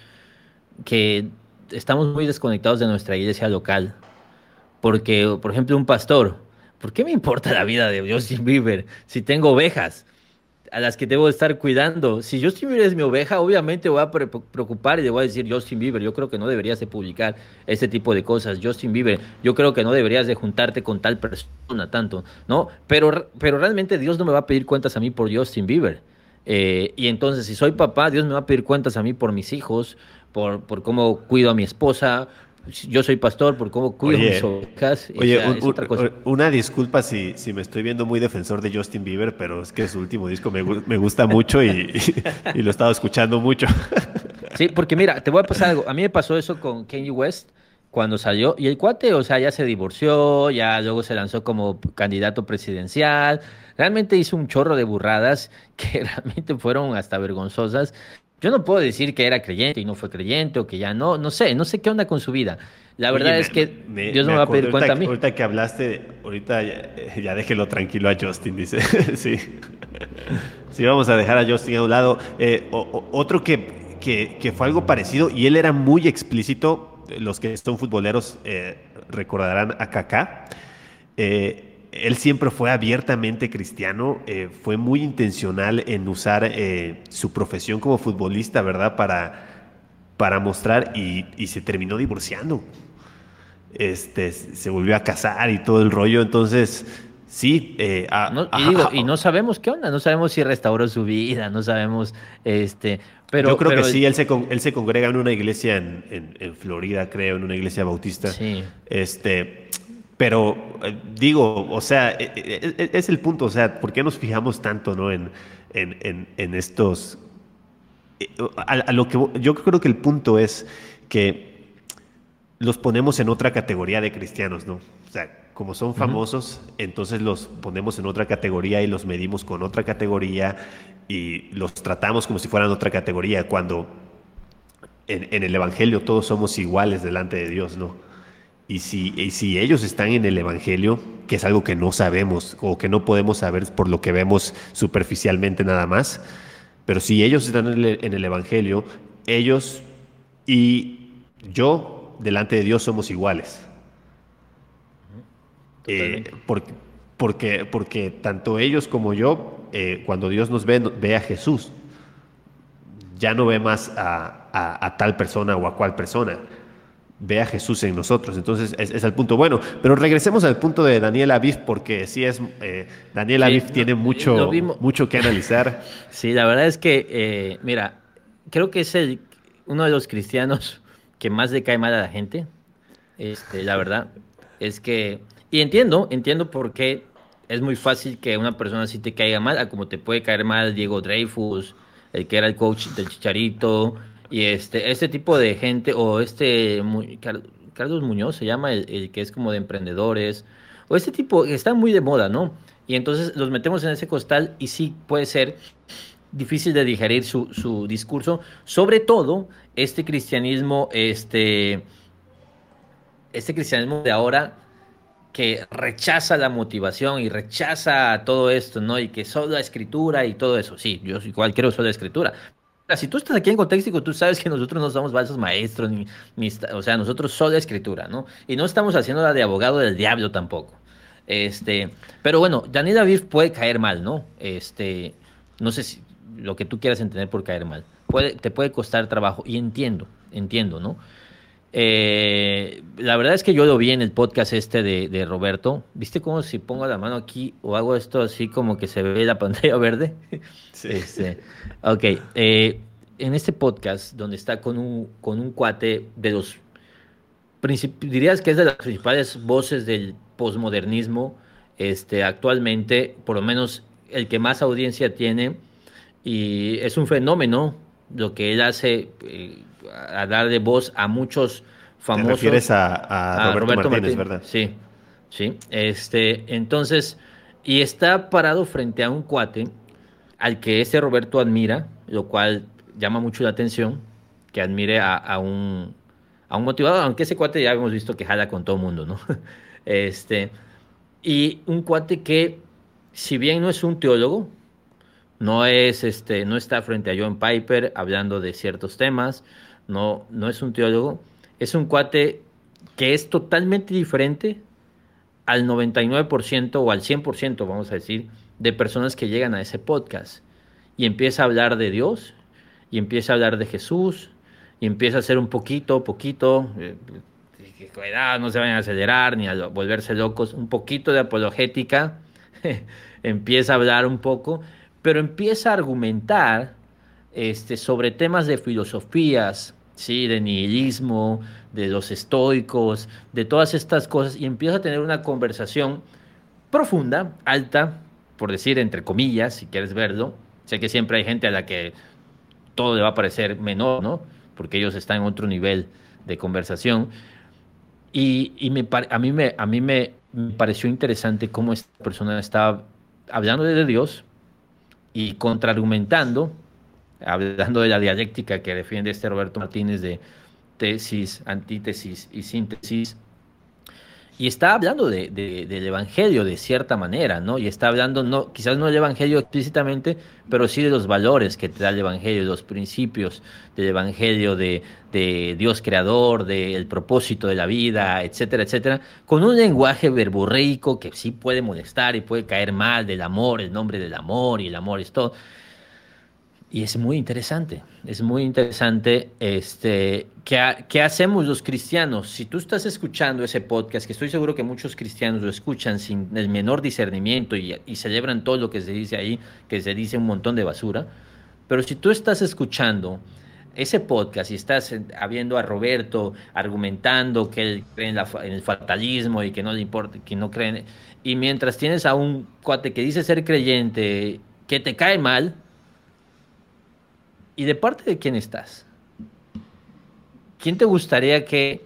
[SPEAKER 1] Que estamos muy desconectados de nuestra iglesia local. Porque, por ejemplo, un pastor, ¿por qué me importa la vida de Justin Bieber si tengo ovejas a las que debo estar cuidando? Si Justin Bieber es mi oveja, obviamente voy a preocupar y le voy a decir, Justin Bieber, yo creo que no deberías de publicar este tipo de cosas. Justin Bieber, yo creo que no deberías de juntarte con tal persona tanto, ¿no? Pero realmente Dios no me va a pedir cuentas a mí por Justin Bieber. Y entonces, si soy papá, Dios me va a pedir cuentas a mí por mis hijos, por cómo cuido a mi esposa. Si yo soy pastor, por cómo cuido mis
[SPEAKER 2] Oye,
[SPEAKER 1] ovejas. O
[SPEAKER 2] oye,
[SPEAKER 1] sea, es otra cosa.
[SPEAKER 2] una disculpa si me estoy viendo muy defensor de Justin Bieber, pero es que su último disco me gusta mucho y lo he estado escuchando mucho.
[SPEAKER 1] Sí, porque mira, te voy a pasar algo. A mí me pasó eso con Kanye West cuando salió. Y el cuate, o sea, ya se divorció, ya luego se lanzó como candidato presidencial. Realmente hizo un chorro de burradas que realmente fueron hasta vergonzosas. Yo no puedo decir que era creyente y no fue creyente o que ya no, no sé qué onda con su vida. La
[SPEAKER 2] Oye,
[SPEAKER 1] verdad es que Dios no
[SPEAKER 2] me
[SPEAKER 1] me va a
[SPEAKER 2] acordé
[SPEAKER 1] pedir cuenta a
[SPEAKER 2] ahorita,
[SPEAKER 1] mí.
[SPEAKER 2] ahorita que hablaste, ahorita ya déjelo tranquilo a Justin, dice. Sí. Sí, vamos a dejar a Justin a un lado. Otro que fue algo parecido y él era muy explícito, los que son futboleros recordarán a Kaká. Él siempre fue abiertamente cristiano, fue muy intencional en usar su profesión como futbolista, ¿verdad? Para mostrar y se terminó divorciando. Se volvió a casar y todo el rollo, entonces sí,
[SPEAKER 1] No, y digo, y no sabemos qué onda, no sabemos si restauró su vida, no sabemos, este,
[SPEAKER 2] yo
[SPEAKER 1] pero,
[SPEAKER 2] creo que
[SPEAKER 1] pero
[SPEAKER 2] sí, él se congrega en una iglesia en Florida, creo, en una iglesia bautista.
[SPEAKER 1] sí.
[SPEAKER 2] Este, pero digo, o sea, es el punto, o sea, ¿por qué nos fijamos tanto, ¿no? En estos. A lo que yo creo que el punto es que los ponemos en otra categoría de cristianos, ¿no? O sea, como son
[SPEAKER 1] Ujú.
[SPEAKER 2] famosos, entonces los ponemos en otra categoría y los medimos con otra categoría y los tratamos como si fueran otra categoría, cuando en el Evangelio todos somos iguales delante de Dios, ¿no? Y si ellos están en el Evangelio, que es algo que no sabemos o que no podemos saber por lo que vemos superficialmente nada más, pero si ellos están en el Evangelio, ellos y yo delante de Dios somos iguales. Eh,
[SPEAKER 1] Totalmente.
[SPEAKER 2] porque, porque tanto ellos como yo, cuando Dios nos ve, ve a Jesús. ya no ve más a tal persona o a cual persona, ve a Jesús en nosotros. Entonces es el punto bueno. Pero regresemos al punto de Daniel Aviv, porque sí es, Daniel
[SPEAKER 1] Sí,
[SPEAKER 2] Aviv tiene
[SPEAKER 1] lo vimos.
[SPEAKER 2] mucho que analizar.
[SPEAKER 1] Sí, la verdad es que, mira, creo que es uno de los cristianos que más le cae mal a la gente. La verdad es que, y entiendo por qué es muy fácil que una persona así te caiga mal, a como te puede caer mal Diego Dreyfus, el que era el coach del Chicharito, y este tipo de gente, o Carlos Muñoz se llama, el que es como de emprendedores, o este tipo que están muy de moda, ¿no? Y entonces los metemos en ese costal y sí puede ser difícil de digerir su discurso, sobre todo cristianismo, este cristianismo de ahora que rechaza la motivación y rechaza todo esto, ¿no? Y que solo la escritura y todo eso. Sí, yo igual quiero solo la escritura. Si tú estás aquí en Contexto, tú sabes que nosotros no somos falsos maestros, o sea, nosotros solo escritura, ¿no? Y no estamos haciendo la de abogado del diablo tampoco. Este, pero bueno, Daniel Aviv puede caer mal, ¿no? No sé si lo que tú quieras entender por caer mal. Te puede costar trabajo y entiendo, ¿no? La verdad es que yo lo vi en el podcast de Roberto. ¿Viste cómo si pongo la mano aquí o hago esto así como que se ve la pantalla verde?
[SPEAKER 2] Sí.
[SPEAKER 1] Este, ok. En este podcast, donde está con un cuate de dirías que es de las principales voces del posmodernismo, actualmente, por lo menos el que más audiencia tiene, y es un fenómeno lo que él hace, a darle voz a muchos
[SPEAKER 2] Te refieres
[SPEAKER 1] famosos,
[SPEAKER 2] a
[SPEAKER 1] a
[SPEAKER 2] Roberto
[SPEAKER 1] Roberto
[SPEAKER 2] Martínez,
[SPEAKER 1] Martín,
[SPEAKER 2] ¿verdad?
[SPEAKER 1] sí, sí, entonces, y está parado frente a un cuate al que ese Roberto admira, lo cual llama mucho la atención, que admire a un motivador, aunque ese cuate ya hemos visto que jala con todo el mundo, ¿no? Este, y un cuate que, si bien no es un teólogo, no está frente a John Piper hablando de ciertos temas, no es un teólogo, es un cuate que es totalmente diferente al 99% o al 100%, vamos a decir, de personas que llegan a ese podcast y empieza a hablar de Dios y empieza a hablar de Jesús y empieza a hacer un poquito, que cuidado, no se vayan a acelerar ni a volverse locos, un poquito de apologética, empieza a hablar un poco, pero empieza a argumentar sobre temas de filosofías, ¿sí? De nihilismo, de los estoicos, de todas estas cosas, y empieza a tener una conversación profunda, alta, por decir entre comillas, si quieres verlo. Sé que siempre hay gente a la que todo le va a parecer menor, ¿no? Porque ellos están en otro nivel de conversación. A mí me pareció interesante cómo esta persona estaba hablando de Dios y contraargumentando, hablando de la dialéctica que defiende Roberto Martínez de tesis, antítesis y síntesis. Y está hablando del Evangelio de cierta manera, ¿no? Y está hablando, no, quizás no del Evangelio explícitamente, pero sí de los valores que te da el Evangelio, de los principios del Evangelio, de Dios creador, del propósito de la vida, etcétera, etcétera, con un lenguaje verborreico que sí puede molestar y puede caer mal, del amor, el nombre del amor, y el amor es todo. Y es muy interesante ¿qué hacemos los cristianos? Si tú estás escuchando ese podcast, que estoy seguro que muchos cristianos lo escuchan sin el menor discernimiento y celebran todo lo que se dice ahí, que se dice un montón de basura, pero si tú estás escuchando ese podcast y estás viendo a Roberto argumentando que él cree en el fatalismo y que no le importa, que no creen, y mientras tienes a un cuate que dice ser creyente, que te cae mal, ¿y de parte de quién estás? ¿Quién te gustaría que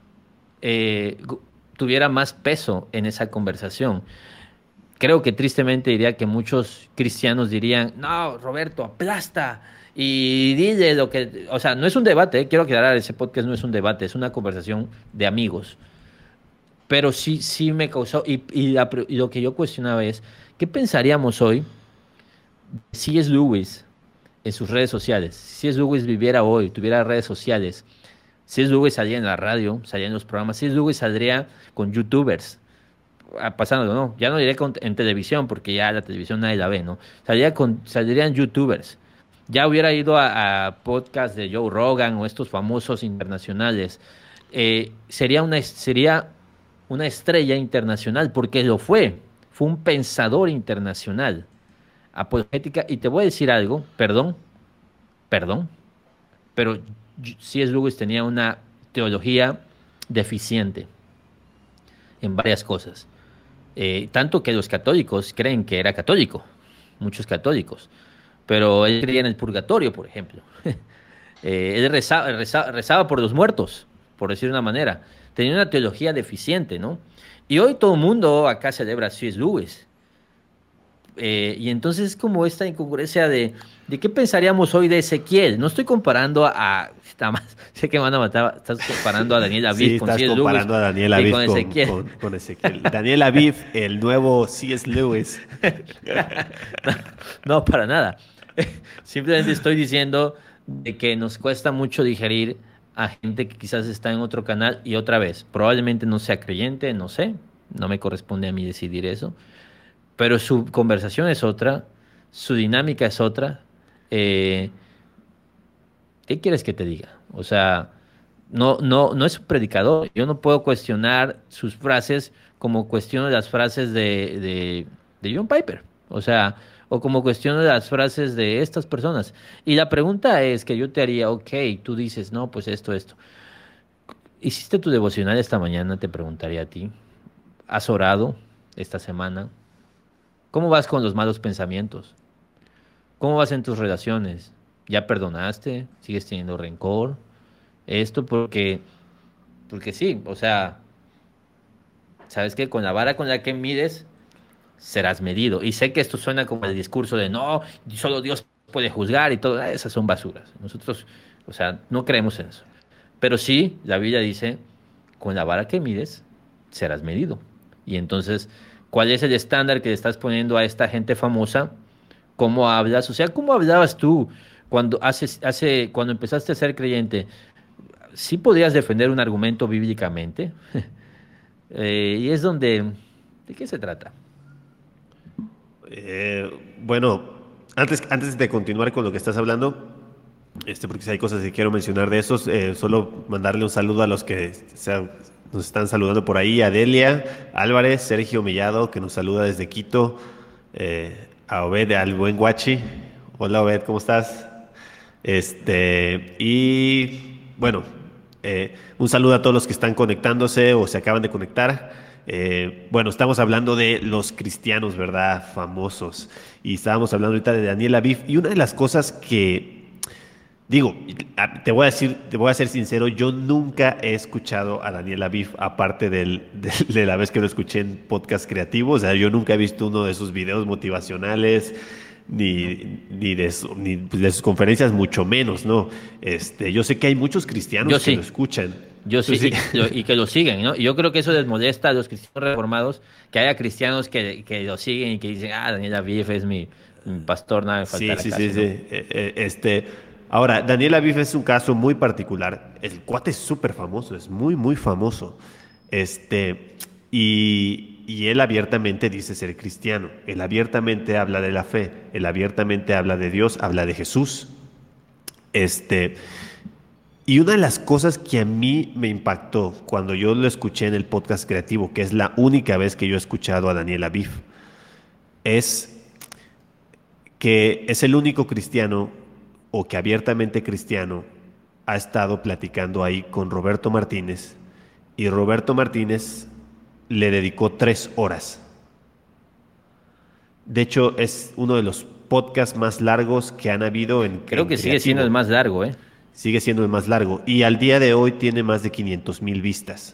[SPEAKER 1] tuviera más peso en esa conversación? Creo que tristemente diría que muchos cristianos dirían, no, Roberto, aplasta y dile lo que... O sea, no es un debate, quiero aclarar, ese podcast no es un debate, es una conversación de amigos. Pero sí me causó... Y lo que yo cuestionaba es, ¿qué pensaríamos hoy si es Lewis en sus redes sociales? Si es Lewis viviera hoy, tuviera redes sociales, si es Lewis salía en la radio, salía en los programas, si es Lewis saldría con youtubers, pasándolo, ¿no? Ya no diré en televisión, porque ya la televisión nadie la ve, ¿no? Saldrían youtubers ya hubiera ido a podcast de Joe Rogan o estos famosos internacionales. Sería una estrella internacional, porque lo fue. Fue un pensador internacional, apologética. Y te voy a decir algo, perdón, pero C.S. Lewis tenía una teología deficiente en varias cosas. Tanto que los católicos creen que era católico, muchos católicos, pero él creía en el purgatorio, por ejemplo. Él rezaba por los muertos, por decir de una manera. Tenía una teología deficiente, ¿no? Y hoy todo el mundo acá celebra a C.S. Lewis. Y entonces como esta incongruencia de qué pensaríamos hoy de Ezequiel. No estoy comparando está más, sé que me van a matar, estás comparando a Daniel
[SPEAKER 2] Sí,
[SPEAKER 1] Aviv con
[SPEAKER 2] estás
[SPEAKER 1] C.S. Lewis
[SPEAKER 2] comparando a Daniel
[SPEAKER 1] y
[SPEAKER 2] Aviv
[SPEAKER 1] con Ezequiel.
[SPEAKER 2] con Ezequiel. Daniel Aviv, el nuevo C.S. Lewis.
[SPEAKER 1] No, no, para nada. Simplemente estoy diciendo de que nos cuesta mucho digerir a gente que quizás está en otro canal y otra vez, probablemente no sea creyente, no sé, no me corresponde a mí decidir eso, pero su conversación es otra, su dinámica es otra. Eh, ¿Qué quieres que te diga? O sea, no es un predicador. Yo no puedo cuestionar sus frases como cuestiono las frases de John Piper. O sea, o como cuestiono las frases de estas personas. Y la pregunta es que yo te haría, ok, tú dices, no, pues esto. ¿Hiciste tu devocional esta mañana? Te preguntaría a ti. ¿Has orado esta semana? ¿Cómo vas con los malos pensamientos? ¿Cómo vas en tus relaciones? ¿Ya perdonaste? ¿Sigues teniendo rencor? Esto porque sí, o sea, sabes que con la vara con la que mides serás medido. Y sé que esto suena como el discurso de no, solo Dios puede juzgar y todo, esas son basuras. Nosotros, o sea, no creemos en eso. Pero sí, la Biblia dice, con la vara que mides serás medido. Y entonces, ¿cuál es el estándar que le estás poniendo a esta gente famosa? ¿Cómo hablas? O sea, ¿cómo hablabas tú cuando empezaste a ser creyente? Sí podrías defender un argumento bíblicamente. Y es donde, ¿de qué se trata?
[SPEAKER 2] Bueno, antes de continuar con lo que estás hablando, porque si hay cosas que quiero mencionar de esos, solo mandarle un saludo a los que nos están saludando por ahí, a Delia Álvarez, Sergio Mellado, que nos saluda desde Quito, a Obed, al buen Guachi. Hola Obed, ¿cómo estás? Y bueno, un saludo a todos los que están conectándose o se acaban de conectar. Bueno, estamos hablando de los cristianos, ¿verdad? Famosos. Y estábamos hablando ahorita de Daniel Aviv. Y una de las cosas que digo, te voy a ser sincero, yo nunca he escuchado a Daniel Aviv, aparte de la vez que lo escuché en podcast creativo. O sea, yo nunca he visto uno de sus videos motivacionales, ni pues, de sus conferencias, mucho menos, ¿no? Yo sé que hay muchos
[SPEAKER 1] Yo
[SPEAKER 2] cristianos que lo
[SPEAKER 1] sí,
[SPEAKER 2] escuchan.
[SPEAKER 1] yo
[SPEAKER 2] ¿Tú
[SPEAKER 1] sí,
[SPEAKER 2] sí?
[SPEAKER 1] y que lo siguen, ¿no? Y yo creo que eso les molesta a los cristianos reformados, que haya cristianos que lo siguen y que dicen, Daniel Aviv es mi pastor, nada me
[SPEAKER 2] Sí,
[SPEAKER 1] faltará
[SPEAKER 2] sí, sí,
[SPEAKER 1] casi,
[SPEAKER 2] sí.
[SPEAKER 1] ¿no?
[SPEAKER 2] Ahora, Daniel Aviv es un caso muy particular. El cuate es súper famoso, es muy, muy famoso. Este, y él abiertamente dice ser cristiano. Él abiertamente habla de la fe. Él abiertamente habla de Dios, habla de Jesús. Este, y una de las cosas que a mí me impactó cuando yo lo escuché en el podcast creativo, que es la única vez que yo he escuchado a Daniel Aviv, es que es el único cristiano o que abiertamente cristiano ha estado platicando ahí con Roberto Martínez y Roberto Martínez le dedicó 3 horas. De hecho, es uno de los podcasts más largos que han habido
[SPEAKER 1] Creo
[SPEAKER 2] en
[SPEAKER 1] que sigue siendo el
[SPEAKER 2] creativo.
[SPEAKER 1] más largo, ¿eh?
[SPEAKER 2] Sigue siendo el más largo y al día de hoy tiene más de 500,000 vistas.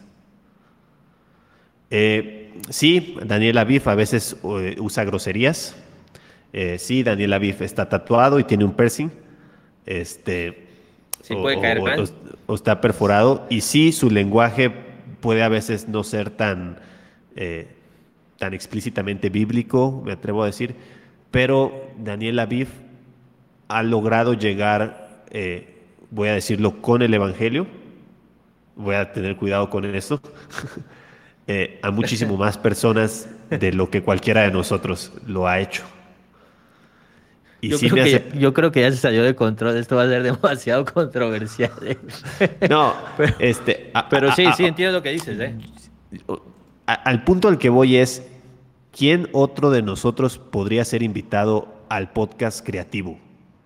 [SPEAKER 2] Sí, Daniel Aviv a veces usa groserías. Sí, Daniel Aviv está tatuado y tiene un piercing. Este,
[SPEAKER 1] Sí puede caer mal.
[SPEAKER 2] o está perforado. Y sí, su lenguaje puede a veces no ser eh, tan explícitamente bíblico, me atrevo a decir. Pero Daniel Aviv ha logrado llegar, voy a decirlo, con el Evangelio. Voy a tener cuidado con eso. A muchísimo más personas de lo que cualquiera de nosotros lo ha hecho. Y sí me hace...
[SPEAKER 1] Yo creo que ya se salió de control. Esto va a ser demasiado controversial.
[SPEAKER 2] No,
[SPEAKER 1] Pero,
[SPEAKER 2] a-
[SPEAKER 1] pero sí,
[SPEAKER 2] a-
[SPEAKER 1] sí,
[SPEAKER 2] a-
[SPEAKER 1] entiendo lo que dices, ¿eh?
[SPEAKER 2] al punto al que voy es, ¿quién otro de nosotros podría ser invitado al podcast creativo?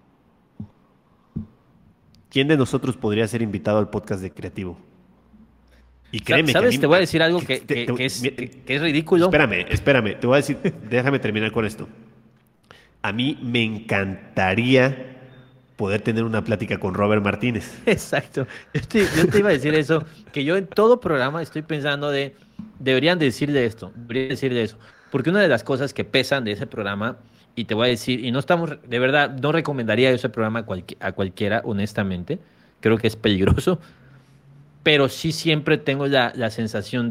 [SPEAKER 2] ¿Quién de nosotros podría ser invitado al podcast de creativo? Y créeme que a
[SPEAKER 1] ¿Sabes?
[SPEAKER 2] mí...
[SPEAKER 1] Te voy a decir algo que es ridículo.
[SPEAKER 2] espérame, te voy a decir, déjame terminar con esto. A mí me encantaría poder tener una plática con Robert Martínez.
[SPEAKER 1] Exacto. Yo te iba a decir eso, que yo en todo programa estoy pensando deberían decir de esto, deberían decir de eso. Porque una de las cosas que pesan de ese programa, y te voy a decir, y no estamos, de verdad, no recomendaría ese programa a cualquiera, honestamente. Creo que es peligroso, pero sí siempre tengo la sensación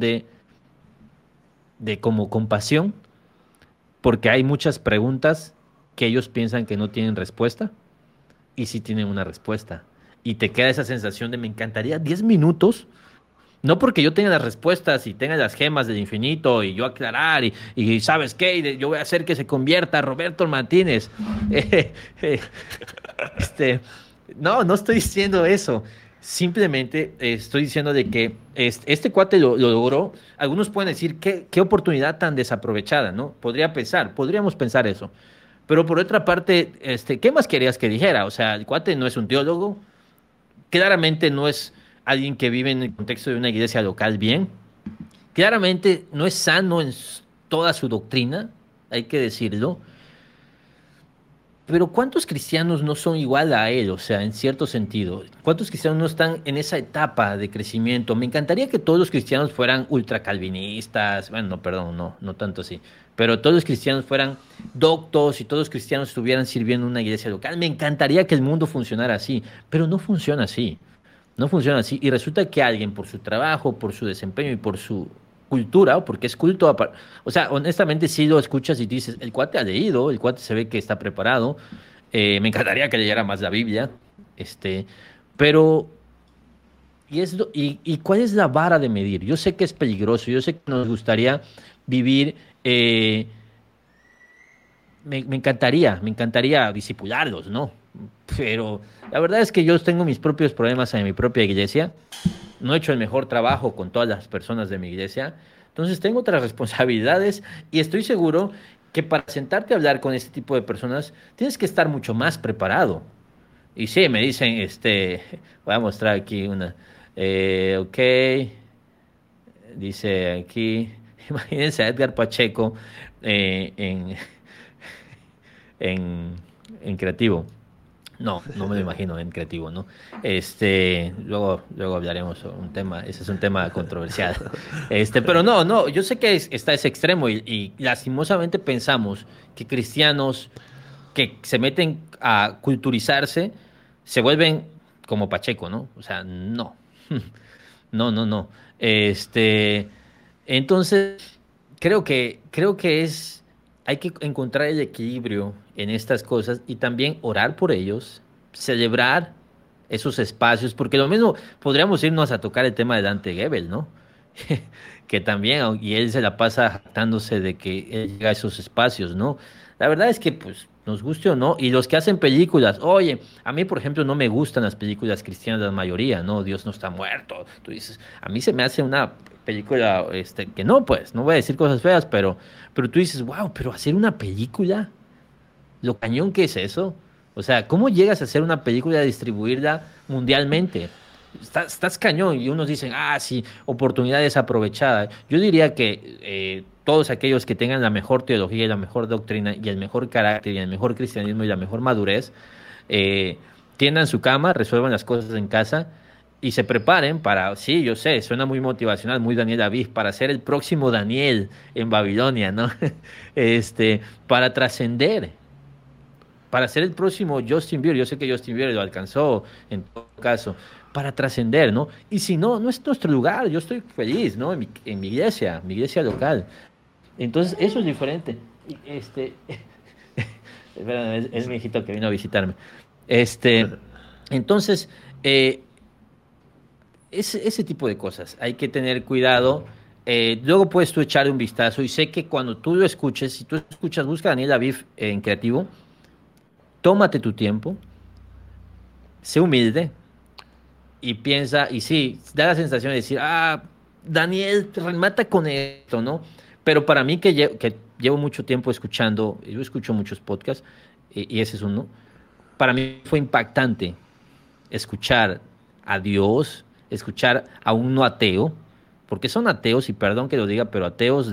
[SPEAKER 1] de como compasión, porque hay muchas preguntas que ellos piensan que no tienen respuesta y sí tienen una respuesta. Y te queda esa sensación de me encantaría 10 minutos, no porque yo tenga las respuestas y tenga las gemas del infinito y yo aclarar y ¿sabes qué? Yo voy a hacer que se convierta Roberto Martínez. Eh, eh, este, no estoy diciendo eso. Simplemente estoy diciendo de que este cuate lo logró. Algunos pueden decir qué oportunidad tan desaprovechada, ¿no? Podríamos pensar eso. Pero por otra parte, ¿qué más querías que dijera? O sea, el cuate no es un teólogo, claramente no es alguien que vive en el contexto de una iglesia local bien, claramente no es sano en toda su doctrina, hay que decirlo. Pero ¿cuántos cristianos no son igual a él? O sea, en cierto sentido, ¿cuántos cristianos no están en esa etapa de crecimiento? Me encantaría que todos los cristianos fueran ultracalvinistas, bueno, no, perdón, no tanto así, pero todos los cristianos fueran doctos y todos los cristianos estuvieran sirviendo en una iglesia local. Me encantaría que el mundo funcionara así, pero no funciona así. No funciona así. Y resulta que alguien, por su trabajo, por su desempeño y por su cultura, o porque es culto, o sea, honestamente, si lo escuchas y dices, el cuate ha leído, el cuate se ve que está preparado. Me encantaría que leyera más la Biblia. Este, pero, ¿y cuál es la vara de medir? Yo sé que es peligroso, yo sé que nos gustaría vivir. Me encantaría disipularlos, ¿no? Pero la verdad es que yo tengo mis propios problemas en mi propia iglesia. No he hecho el mejor trabajo con todas las personas de mi iglesia. Entonces tengo otras responsabilidades y estoy seguro que para sentarte a hablar con este tipo de personas tienes que estar mucho más preparado. Y sí, me dicen, voy a mostrar aquí una. Ok, dice aquí, imagínense a Edgar Pacheco en, en, en creativo. No me lo imagino en creativo, ¿no? Luego hablaremos sobre un tema, ese es un tema controversial. Pero no, yo sé que está ese extremo y lastimosamente pensamos que cristianos que se meten a culturizarse se vuelven como Pacheco, ¿no? O sea, no. No. Este, entonces, hay que encontrar el equilibrio en estas cosas y también orar por ellos, celebrar esos espacios, porque lo mismo podríamos irnos a tocar el tema de Dante Gebel, ¿no? Que también, y él se la pasa jactándose de que él llega a esos espacios, ¿no? La verdad es que, pues, nos guste o no, y los que hacen películas, oye, a mí, por ejemplo, no me gustan las películas cristianas, la mayoría, ¿no? Dios no está muerto. Tú dices, a mí se me hace una película, que no, pues, no voy a decir cosas feas, pero tú dices, wow, pero hacer una película, lo cañón que es eso. O sea, ¿cómo llegas a hacer una película y a distribuirla mundialmente? Estás cañón y unos dicen, ah, sí, oportunidad desaprovechada. Yo diría que todos aquellos que tengan la mejor teología y la mejor doctrina y el mejor carácter y el mejor cristianismo y la mejor madurez, eh, tiendan su cama, resuelvan las cosas en casa y se preparen para, sí, yo sé, suena muy motivacional, muy Daniel Aviv, para ser el próximo Daniel en Babilonia, ¿no? Para trascender, para ser el próximo Justin Bieber. Yo sé que Justin Bieber lo alcanzó en todo caso, para trascender, ¿no? Y si no, no es nuestro lugar, yo estoy feliz, ¿no? En mi iglesia local. Entonces, eso es diferente. Espérame, es mi hijito que vino a visitarme. Este, entonces, ese tipo de cosas, hay que tener cuidado. Luego puedes tú echarle un vistazo y sé que cuando tú lo escuches, si tú escuchas, busca a Daniel Aviv en creativo, tómate tu tiempo, sé humilde y piensa, y sí, da la sensación de decir, Daniel, remata con esto, ¿no? Pero para mí que llevo mucho tiempo escuchando, yo escucho muchos podcasts, y ese es uno, para mí fue impactante escuchar a Dios, escuchar a un no ateo, porque son ateos, y perdón que lo diga, pero ateos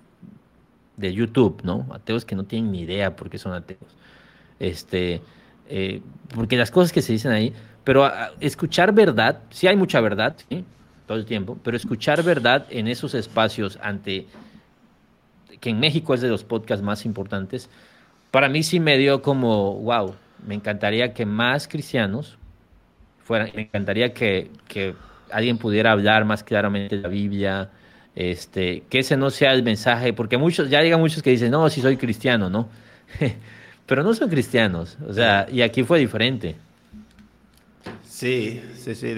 [SPEAKER 1] de YouTube, ¿no? Ateos que no tienen ni idea por qué son ateos. Este, eh, Porque las cosas que se dicen ahí, pero escuchar verdad, sí hay mucha verdad, sí, todo el tiempo, pero escuchar verdad en esos espacios ante, que en México es de los podcasts más importantes, para mí sí me dio como, wow, me encantaría que más cristianos fueran, me encantaría que alguien pudiera hablar más claramente de la Biblia, que ese no sea el mensaje, porque muchos, ya llegan muchos que dicen, no, sí soy cristiano, ¿no? Pero no son cristianos, o sea, y aquí fue diferente.
[SPEAKER 2] Sí, sí, sí.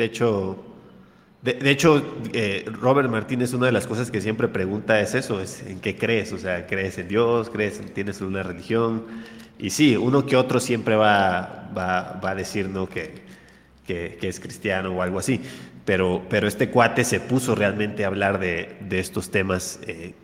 [SPEAKER 2] De hecho, Robert Martínez, una de las cosas que siempre pregunta es eso, es en qué crees. O sea, ¿crees en Dios? ¿Tienes una religión? Y sí, uno que otro siempre va a decir, ¿no? Que es cristiano o algo así. Pero este cuate se puso realmente a hablar de estos temas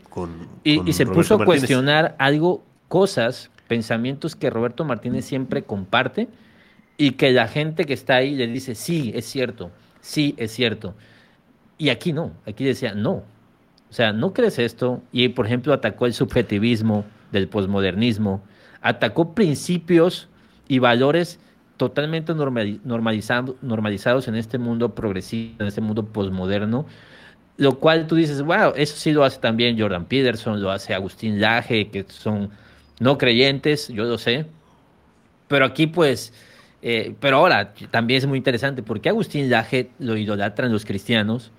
[SPEAKER 1] Y
[SPEAKER 2] con
[SPEAKER 1] se puso
[SPEAKER 2] Roberto
[SPEAKER 1] a
[SPEAKER 2] Martínez.
[SPEAKER 1] cuestionar algo, cosas, pensamientos que Roberto Martínez siempre comparte y que la gente que está ahí le dice, sí, es cierto, sí, es cierto. Y aquí no, aquí decía, no. O sea, ¿no crees esto? Y, por ejemplo, atacó el subjetivismo del posmodernismo, atacó principios y valores totalmente normalizados en este mundo progresista, en este mundo posmoderno, lo cual tú dices, wow, eso sí lo hace también Jordan Peterson, lo hace Agustín Laje, que son no creyentes, yo lo sé, pero aquí pues, pero ahora también es muy interesante, porque Agustín Laje lo idolatran los cristianos,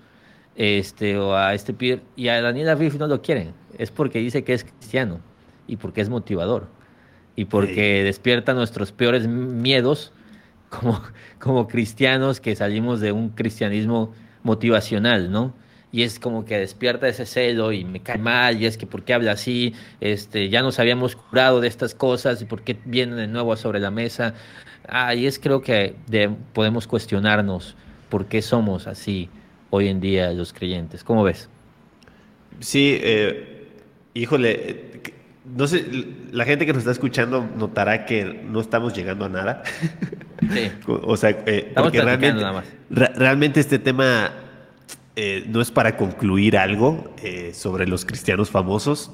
[SPEAKER 1] o a Peter, y a Daniel Aviv no lo quieren, es porque dice que es cristiano, y porque es motivador, y porque
[SPEAKER 2] Sí.
[SPEAKER 1] despierta nuestros peores miedos como, como cristianos que salimos de un cristianismo motivacional, ¿no? Y es como que despierta ese celo y me cae mal, y es que ¿por qué habla así? Ya nos habíamos curado de estas cosas, y ¿por qué vienen de nuevo sobre la mesa? Y es creo que podemos cuestionarnos por qué somos así hoy en día los creyentes. ¿Cómo ves?
[SPEAKER 2] Sí, híjole, no sé, la gente que nos está escuchando notará que no estamos llegando a nada.
[SPEAKER 1] Sí,
[SPEAKER 2] O sea,
[SPEAKER 1] estamos
[SPEAKER 2] porque
[SPEAKER 1] platicando
[SPEAKER 2] realmente,
[SPEAKER 1] nada más.
[SPEAKER 2] realmente este tema no es para concluir algo sobre los cristianos famosos,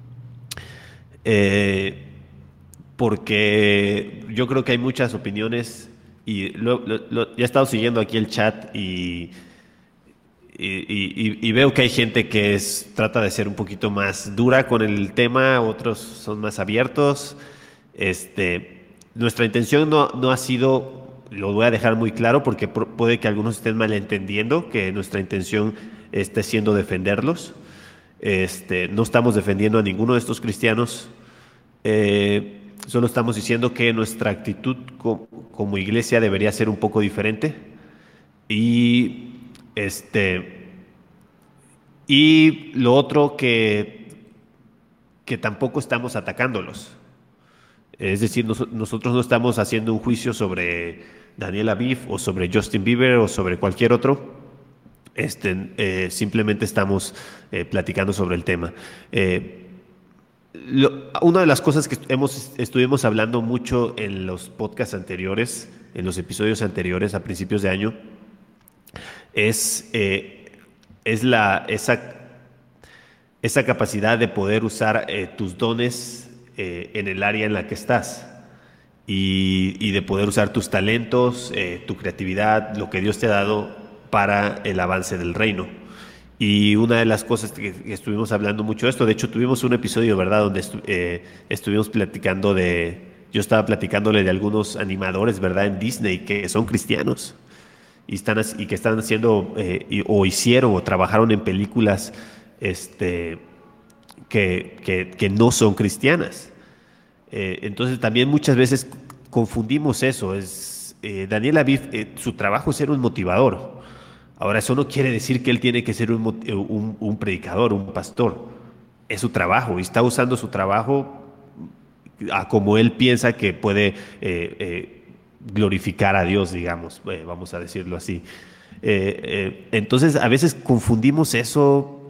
[SPEAKER 2] eh, porque yo creo que hay muchas opiniones y ya he estado siguiendo aquí el chat y veo que hay gente que trata de ser un poquito más dura con el tema, otros son más abiertos. Nuestra intención no ha sido, lo voy a dejar muy claro porque puede que algunos estén malentendiendo que nuestra intención esté siendo defenderlos. No estamos defendiendo a ninguno de estos cristianos. Solo estamos diciendo que nuestra actitud como iglesia debería ser un poco diferente. Y este, y lo otro que tampoco estamos atacándolos. Es decir, nosotros no estamos haciendo un juicio sobre Daniel Aviv o sobre Justin Bieber o sobre cualquier otro. Simplemente estamos platicando sobre el tema. Eh, una de las cosas que estuvimos hablando mucho en los podcasts anteriores, en los episodios anteriores a principios de año, es, eh, es esa capacidad de poder usar tus dones en el área en la que estás y de poder usar tus talentos, tu creatividad, lo que Dios te ha dado para el avance del reino. Y una de las cosas que estuvimos hablando mucho de esto, de hecho tuvimos un episodio, ¿verdad?, donde estuvimos platicando yo estaba platicándole de algunos animadores, ¿verdad?, en Disney que son cristianos y que están haciendo o hicieron o trabajaron en películas este, que no son cristianas. Entonces también muchas veces confundimos eso. Daniel Aviv, su trabajo es ser un motivador. Ahora, eso no quiere decir que él tiene que ser un predicador, un pastor. Es su trabajo y está usando su trabajo a como él piensa que puede glorificar a Dios, digamos, vamos a decirlo así. Entonces, a veces confundimos eso.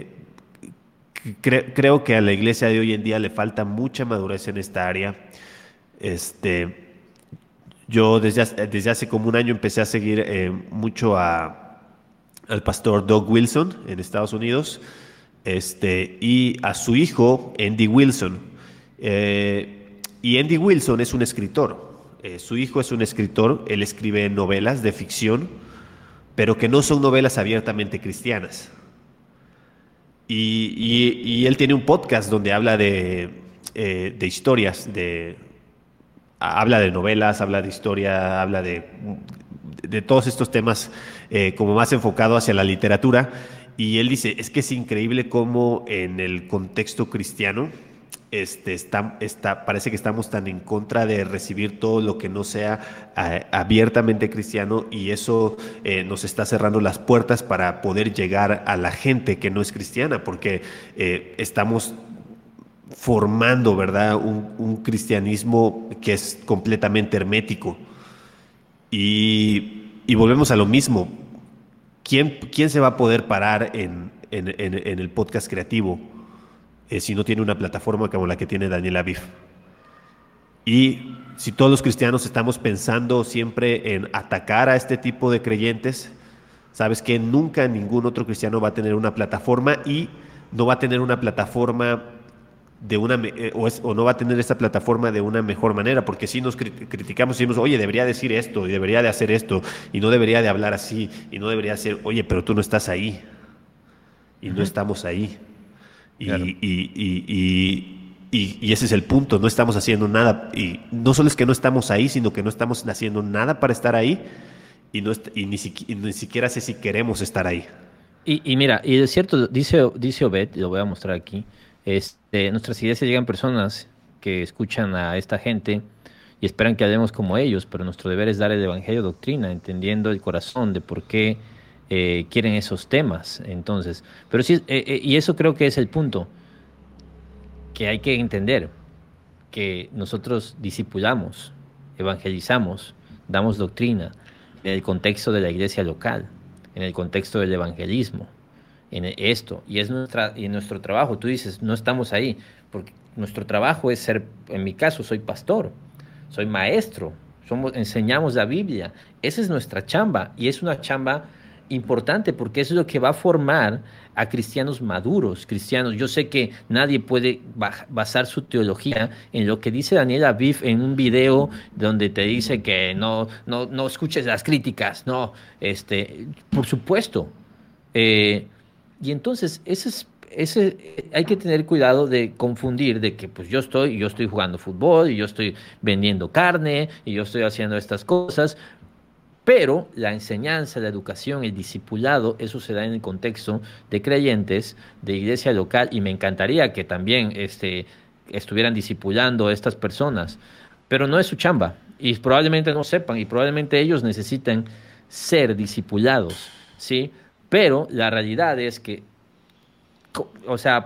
[SPEAKER 2] Creo que a la iglesia de hoy en día le falta mucha madurez en esta área. Este, yo desde hace como un año empecé a seguir mucho al pastor Doug Wilson en Estados Unidos, y a su hijo Andy Wilson. Y Andy Wilson es un escritor. Su hijo es un escritor, él escribe novelas de ficción, pero que no son novelas abiertamente cristianas. Y él tiene un podcast donde habla de historias, habla de novelas, habla de historia, habla de todos estos temas como más enfocado hacia la literatura. Y él dice, es que es increíble cómo en el contexto cristiano parece que estamos tan en contra de recibir todo lo que no sea abiertamente cristiano, y eso nos está cerrando las puertas para poder llegar a la gente que no es cristiana, porque estamos formando, ¿verdad? Un cristianismo que es completamente hermético. Y volvemos a lo mismo. ¿Quién se va a poder parar en el podcast creativo si no tiene una plataforma como la que tiene Daniel Aviv? Y si todos los cristianos estamos pensando siempre en atacar a este tipo de creyentes, sabes que nunca ningún otro cristiano va a tener una plataforma, y no va a tener una plataforma o no va a tener esta plataforma de una mejor manera, porque si nos criticamos y decimos, oye, debería decir esto, y debería de hacer esto, y no debería de hablar así, y no debería ser, oye, pero tú no estás ahí, y no estamos ahí. Y,
[SPEAKER 1] Claro.
[SPEAKER 2] y ese es el punto, no estamos haciendo nada, y no solo es que no estamos ahí, sino que no estamos haciendo nada para estar ahí, y ni siquiera sé si queremos estar ahí.
[SPEAKER 1] Y mira, y es cierto, dice Obed, lo voy a mostrar aquí, nuestras iglesias llegan personas que escuchan a esta gente y esperan que hablemos como ellos, pero nuestro deber es dar el evangelio doctrina, entendiendo el corazón de por qué quieren esos temas. Entonces, pero sí, y eso creo que es el punto, que hay que entender, que nosotros discipulamos, evangelizamos, damos doctrina en el contexto de la iglesia local, en el contexto del evangelismo, esto, y es nuestro trabajo. Tú dices, no estamos ahí, porque nuestro trabajo es ser, en mi caso, soy pastor, soy maestro, enseñamos la Biblia, esa es nuestra chamba, y es una chamba importante porque eso es lo que va a formar a cristianos maduros, cristianos. Yo sé que nadie puede basar su teología en lo que dice Daniel Aviv en un video donde te dice que no escuches las críticas, no, por supuesto. Eh, y entonces, hay que tener cuidado de confundir de que pues yo estoy jugando fútbol, y yo estoy vendiendo carne, y yo estoy haciendo estas cosas, pero la enseñanza, la educación, el discipulado, eso se da en el contexto de creyentes, de iglesia local, y me encantaría que también estuvieran discipulando a estas personas, pero no es su chamba, y probablemente no sepan, y probablemente ellos necesiten ser discipulados, ¿sí? Pero la realidad es que, o sea,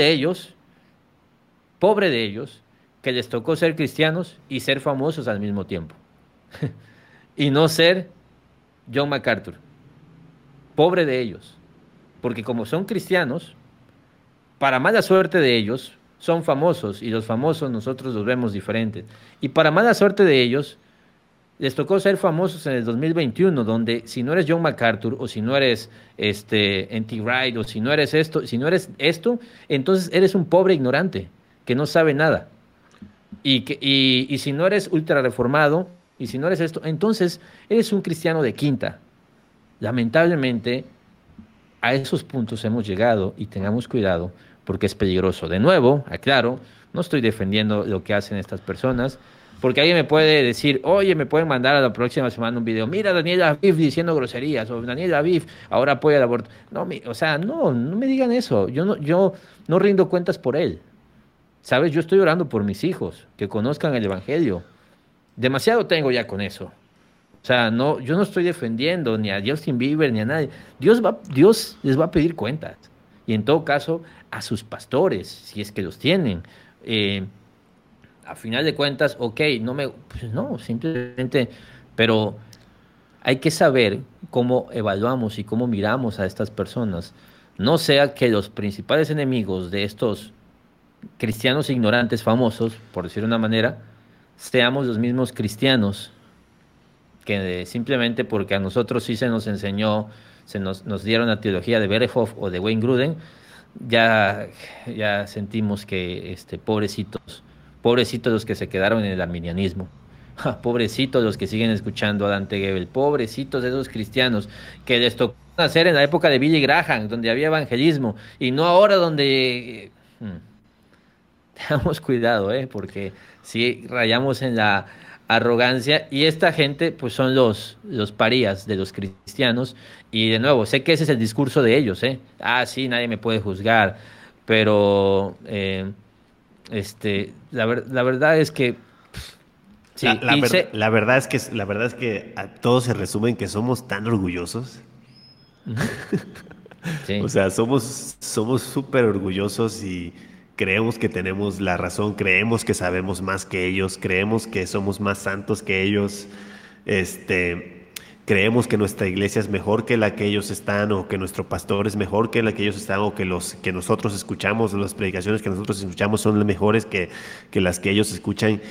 [SPEAKER 1] pobre de ellos, que les tocó ser cristianos y ser famosos al mismo tiempo, y no ser John MacArthur. Pobre de ellos, porque como son cristianos, para mala suerte de ellos, son famosos, y los famosos nosotros los vemos diferentes. Y para mala suerte de ellos, les tocó ser famosos en el 2021, donde si no eres John MacArthur, o si no eres N.T. Wright, o si no eres esto, si no eres esto, entonces eres un pobre ignorante que no sabe nada. Y si no eres ultra reformado, y si no eres esto, entonces eres un cristiano de quinta. Lamentablemente, a esos puntos hemos llegado, y tengamos cuidado porque es peligroso. De nuevo, aclaro, no estoy defendiendo lo que hacen estas personas, porque alguien me puede decir, oye, me pueden mandar a la próxima semana un video, mira Daniel Aviv diciendo groserías, o Daniel Aviv ahora apoya el aborto. No, o sea, no me digan eso. Yo no rindo cuentas por él. ¿Sabes? Yo estoy orando por mis hijos, que conozcan el evangelio. Demasiado tengo ya con eso. O sea, no, yo no estoy defendiendo ni a Justin Bieber ni a nadie. Dios les va a pedir cuentas. Y en todo caso, a sus pastores, si es que los tienen, a final de cuentas, ok, pues no, simplemente, pero hay que saber cómo evaluamos y cómo miramos a estas personas. No sea que los principales enemigos de estos cristianos ignorantes famosos, por decir de una manera, seamos los mismos cristianos que simplemente porque a nosotros sí se nos enseñó, nos dieron la teología de Berefov o de Wayne Gruden, ya, ya sentimos que pobrecitos los que se quedaron en el arminianismo. Pobrecitos los que siguen escuchando a Dante Gebel, pobrecitos esos cristianos que les tocó nacer en la época de Billy Graham, donde había evangelismo, y no ahora donde... Tengamos cuidado, porque si rayamos en la arrogancia y esta gente pues son los parías de los cristianos y de nuevo, sé que ese es el discurso de ellos, ¿eh? Ah, sí, nadie me puede juzgar, pero la verdad es que sí, y sé,
[SPEAKER 2] La verdad es que a todos se resume en que somos tan orgullosos.
[SPEAKER 1] ujú,
[SPEAKER 2] O
[SPEAKER 1] sí.
[SPEAKER 2] sea, somos súper orgullosos y creemos que tenemos la razón, creemos que sabemos más que ellos, creemos que somos más santos que ellos, creemos que nuestra iglesia es mejor que la que ellos están, o que nuestro pastor es mejor que la que ellos están, o que los que nosotros escuchamos, las predicaciones que nosotros escuchamos son mejores que las que ellos escuchan,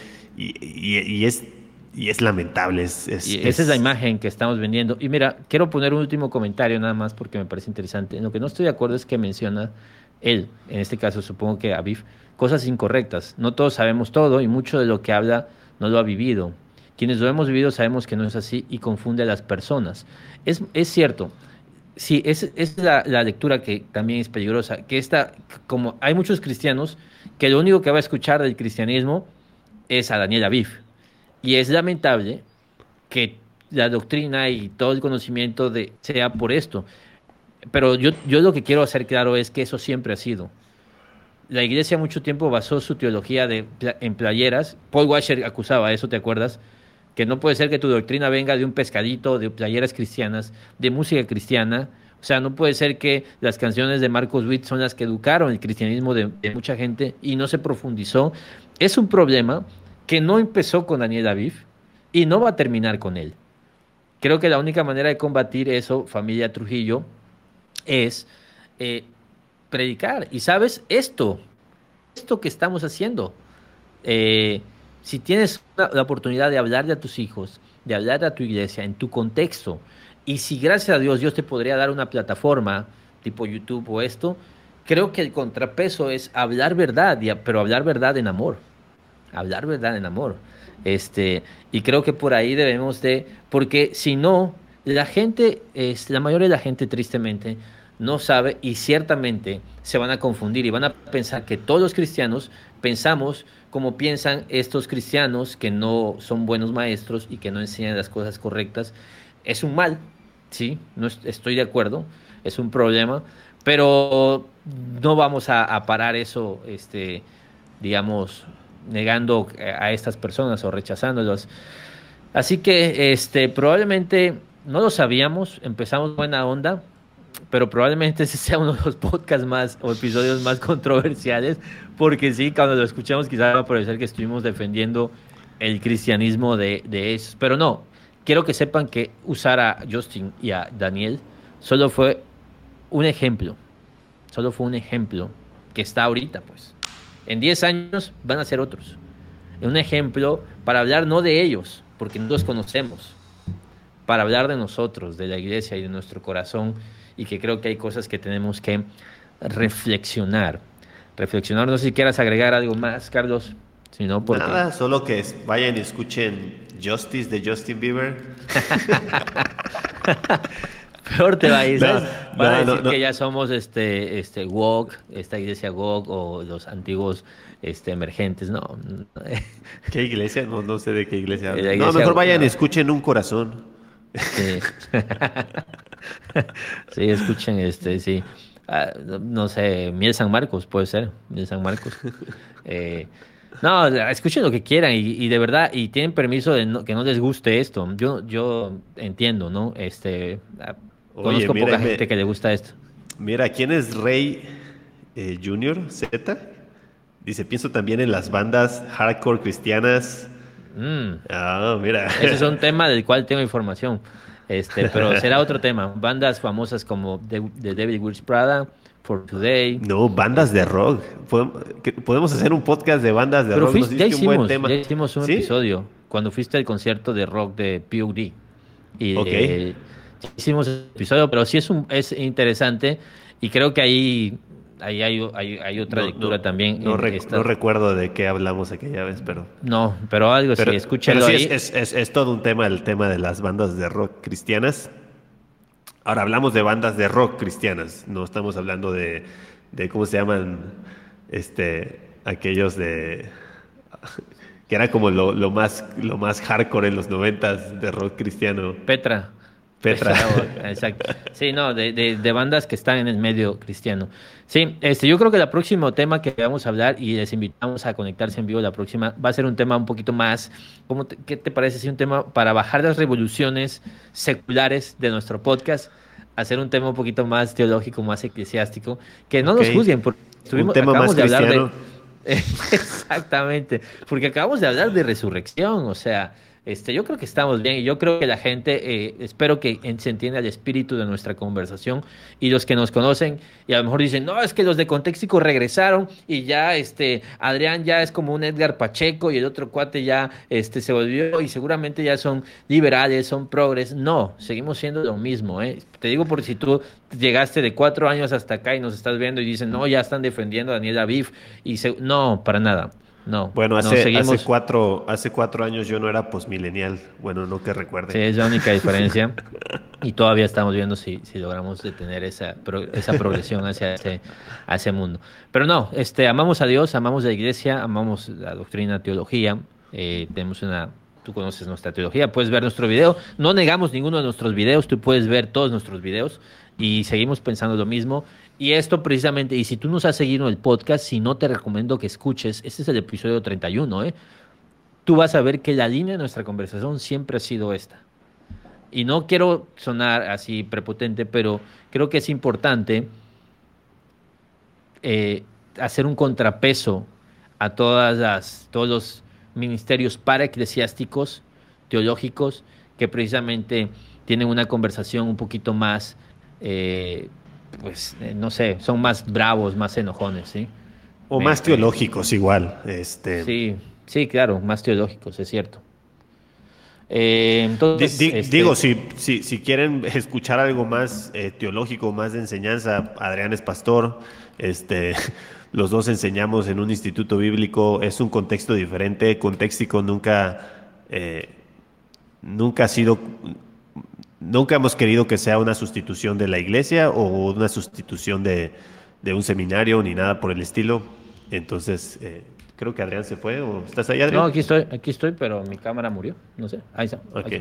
[SPEAKER 2] y es lamentable,
[SPEAKER 1] Y esa es la imagen que estamos vendiendo. Y mira, quiero poner un último comentario nada más porque me parece interesante. En lo que no estoy de acuerdo es que menciona él, en este caso supongo que Aviv, cosas incorrectas. No todos sabemos todo y mucho de lo que habla no lo ha vivido. Quienes lo hemos vivido sabemos que no es así y confunde a las personas. Es cierto, sí, es la lectura que también es peligrosa, que como hay muchos cristianos que lo único que va a escuchar del cristianismo es a Daniel Aviv. Y es lamentable que la doctrina y todo el conocimiento sea por esto. Pero yo lo que quiero hacer claro es que eso siempre ha sido. La iglesia mucho tiempo basó su teología en playeras. Paul Washer acusaba eso, ¿te acuerdas? Que no puede ser que tu doctrina venga de un pescadito, de playeras cristianas, de música cristiana. O sea, no puede ser que las canciones de Marcos Witt son las que educaron el cristianismo de mucha gente y no se profundizó. Es un problema que no empezó con Daniel Aviv y no va a terminar con él. Creo que la única manera de combatir eso, familia Trujillo, es eh, predicar. Y sabes, esto que estamos haciendo, eh, si tienes la oportunidad de hablarle a tus hijos, de hablar a tu iglesia en tu contexto, y si gracias a Dios te podría dar una plataforma tipo YouTube o esto, creo que el contrapeso es hablar verdad, pero hablar verdad en amor, hablar verdad en amor. Y creo que por ahí debemos porque si no, la mayoría de la gente tristemente no sabe y ciertamente se van a confundir y van a pensar que todos los cristianos pensamos como piensan estos cristianos que no son buenos maestros y que no enseñan las cosas correctas. Es un mal, sí, no estoy de acuerdo, es un problema, pero no vamos a parar eso, digamos, negando a estas personas o rechazándolos. Así que probablemente no lo sabíamos, empezamos buena onda, pero probablemente ese sea uno de los podcasts más o episodios más controversiales, porque sí, cuando lo escuchamos quizás va a parecer que estuvimos defendiendo el cristianismo de esos. Pero no, quiero que sepan que usar a Justin y a Daniel solo fue un ejemplo, solo fue un ejemplo que está ahorita, pues. En 10 años van a ser otros. Un ejemplo para hablar no de ellos, porque no los conocemos, para hablar de nosotros, de la iglesia y de nuestro corazón, y que creo que hay cosas que tenemos que reflexionar. Reflexionar, no sé si quieras agregar algo más, Carlos, si no, porque...
[SPEAKER 2] Nada, solo que vayan y escuchen Justice de Justin Bieber.
[SPEAKER 1] Peor te va a ir,
[SPEAKER 2] No,
[SPEAKER 1] ¿sabes? Van a
[SPEAKER 2] no, no,
[SPEAKER 1] decir que
[SPEAKER 2] no.
[SPEAKER 1] ya somos woke, esta iglesia woke o los antiguos emergentes. No,
[SPEAKER 2] ¿Qué iglesia? No, no sé de qué iglesia
[SPEAKER 1] la
[SPEAKER 2] hablan. No,
[SPEAKER 1] iglesia,
[SPEAKER 2] mejor vayan y
[SPEAKER 1] no,
[SPEAKER 2] escuchen Un Corazón.
[SPEAKER 1] sí. Sí, escuchen sí. Ah, no, no sé, Miel San Marcos, puede ser, Miel San Marcos. Eh, no, escuchen lo que quieran y de verdad, y tienen permiso de que no les guste esto. Yo entiendo, ¿no?
[SPEAKER 2] Oye,
[SPEAKER 1] Conozco poca gente que le gusta esto.
[SPEAKER 2] mira, ¿quién es Rey Junior Z? Dice, pienso también en las bandas hardcore cristianas. Mira.
[SPEAKER 1] Ese es un tema del cual tengo información. Pero será otro tema. Bandas famosas como The Devil Wears Prada, For Today.
[SPEAKER 2] No, bandas de rock. Podemos hacer un podcast de bandas de rock. Nos
[SPEAKER 1] ya
[SPEAKER 2] diste un buen tema.
[SPEAKER 1] ya hicimos un
[SPEAKER 2] ¿Sí?
[SPEAKER 1] episodio cuando fuiste al concierto de rock de POD. Y
[SPEAKER 2] Ok.
[SPEAKER 1] hicimos el episodio, pero sí es interesante y creo que ahí hay otra lectura también.
[SPEAKER 2] No recuerdo de qué hablamos aquella vez, pero...
[SPEAKER 1] No, pero algo sí, escúchalo
[SPEAKER 2] sí,
[SPEAKER 1] ahí.
[SPEAKER 2] es todo un tema, el tema de las bandas de rock cristianas. Ahora hablamos de bandas de rock cristianas, no estamos hablando de ¿cómo se llaman? Aquellos de... que era como lo más hardcore en los 90s de rock cristiano.
[SPEAKER 1] Petra. Exacto. Sí, no, de bandas que están en el medio cristiano. Sí, yo creo que el próximo tema que vamos a hablar y les invitamos a conectarse en vivo la próxima va a ser un tema un poquito más, ¿qué te parece si un tema para bajar las revoluciones seculares de nuestro podcast, hacer un tema un poquito más teológico, más eclesiástico, que no nos juzguen, porque
[SPEAKER 2] un tema más cristiano.
[SPEAKER 1] Exactamente, porque acabamos de hablar de resurrección, o sea, yo creo que estamos bien y yo creo que la gente, espero que se entienda el espíritu de nuestra conversación y los que nos conocen y a lo mejor dicen, no, es que los de Contextico regresaron y ya Adrián ya es como un Edgar Pacheco y el otro cuate ya se volvió y seguramente ya son liberales, son progres. No, seguimos siendo lo mismo, ¿eh? Te digo por si tú llegaste de 4 años hasta acá y nos estás viendo y dicen, no, ya están defendiendo a Daniel Aviv no, para nada. No,
[SPEAKER 2] bueno,
[SPEAKER 1] seguimos.
[SPEAKER 2] hace 4 años yo no era posmilenial. Bueno, no que recuerde.
[SPEAKER 1] Sí, es la única diferencia. Y todavía estamos viendo si logramos detener esa progresión hacia ese mundo. Pero no, amamos a Dios, amamos la iglesia, amamos la doctrina, teología. Tú conoces nuestra teología, puedes ver nuestro video. No negamos ninguno de nuestros videos, tú puedes ver todos nuestros videos y seguimos pensando lo mismo. Y esto precisamente, y si tú nos has seguido en el podcast, si no te recomiendo que escuches, este es el episodio 31, tú vas a ver que la línea de nuestra conversación siempre ha sido esta. Y no quiero sonar así prepotente, pero creo que es importante hacer un contrapeso a todos los ministerios paraeclesiásticos, teológicos, que precisamente tienen una conversación un poquito más... no sé, son más bravos, más enojones, ¿sí?
[SPEAKER 2] O más teológicos igual.
[SPEAKER 1] Sí, claro, más teológicos, es cierto. Entonces,
[SPEAKER 2] digo, si quieren escuchar algo más teológico, más de enseñanza, Adrián es pastor, los dos enseñamos en un instituto bíblico, es un contexto diferente, Contextico nunca ha sido... Nunca hemos querido que sea una sustitución de la iglesia o una sustitución de un seminario ni nada por el estilo. Entonces, creo que Adrián se fue. ¿O estás ahí, Adrián?
[SPEAKER 1] No, aquí estoy, pero mi cámara murió. No sé. Ahí está.
[SPEAKER 2] Ok.
[SPEAKER 1] Okay.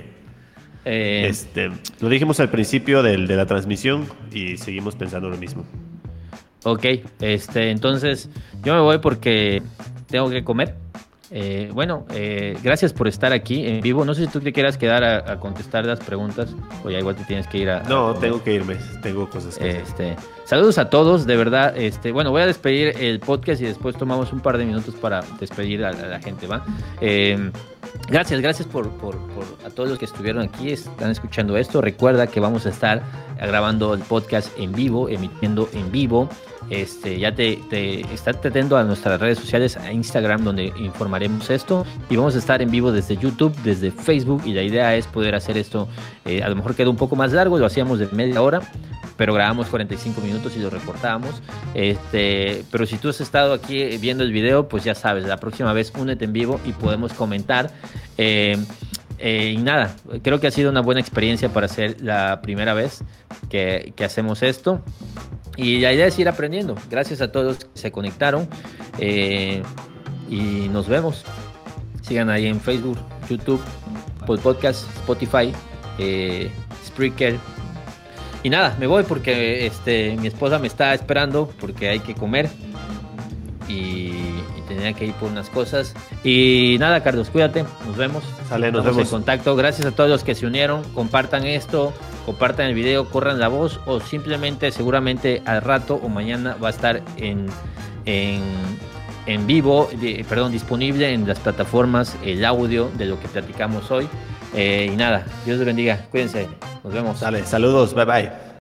[SPEAKER 2] Lo dijimos al principio de la transmisión y seguimos pensando lo mismo.
[SPEAKER 1] Ok. Entonces, yo me voy porque tengo que comer. Gracias por estar aquí en vivo. No sé si tú te quieras quedar a contestar las preguntas o ya igual te tienes que ir
[SPEAKER 2] No, tengo que irme. Tengo cosas que hacer.
[SPEAKER 1] Saludos a todos, de verdad. Voy a despedir el podcast y después tomamos un par de minutos para despedir a la gente, ¿va? Gracias por a todos los que estuvieron aquí, están escuchando esto. Recuerda que vamos a estar grabando el podcast en vivo, emitiendo en vivo. Ya te está atento a nuestras redes sociales, a Instagram, donde informaremos esto, y vamos a estar en vivo desde YouTube, desde Facebook, y la idea es poder hacer esto, a lo mejor queda un poco más largo, lo hacíamos de media hora, pero grabamos 45 minutos y lo recortábamos, pero si tú has estado aquí viendo el video, pues ya sabes, la próxima vez únete en vivo y podemos comentar. Y nada, creo que ha sido una buena experiencia para ser la primera vez que hacemos esto. Y la idea es ir aprendiendo. Gracias a todos que se conectaron. Y nos vemos. Sigan ahí en Facebook, YouTube, Podcast, Spotify, Spreaker. Y nada, me voy porque mi esposa me está esperando porque hay que comer. Y tenía que ir por unas cosas. Y nada, Carlos, cuídate. Nos vemos.
[SPEAKER 2] Sale, nos vemos.
[SPEAKER 1] En contacto. Gracias a todos los que se unieron. Compartan esto, compartan el video, corran la voz o simplemente, seguramente al rato o mañana va a estar en en vivo, disponible en las plataformas, el audio de lo que platicamos hoy. Y nada, Dios los bendiga, cuídense, nos vemos.
[SPEAKER 2] Dale, saludos, bye bye.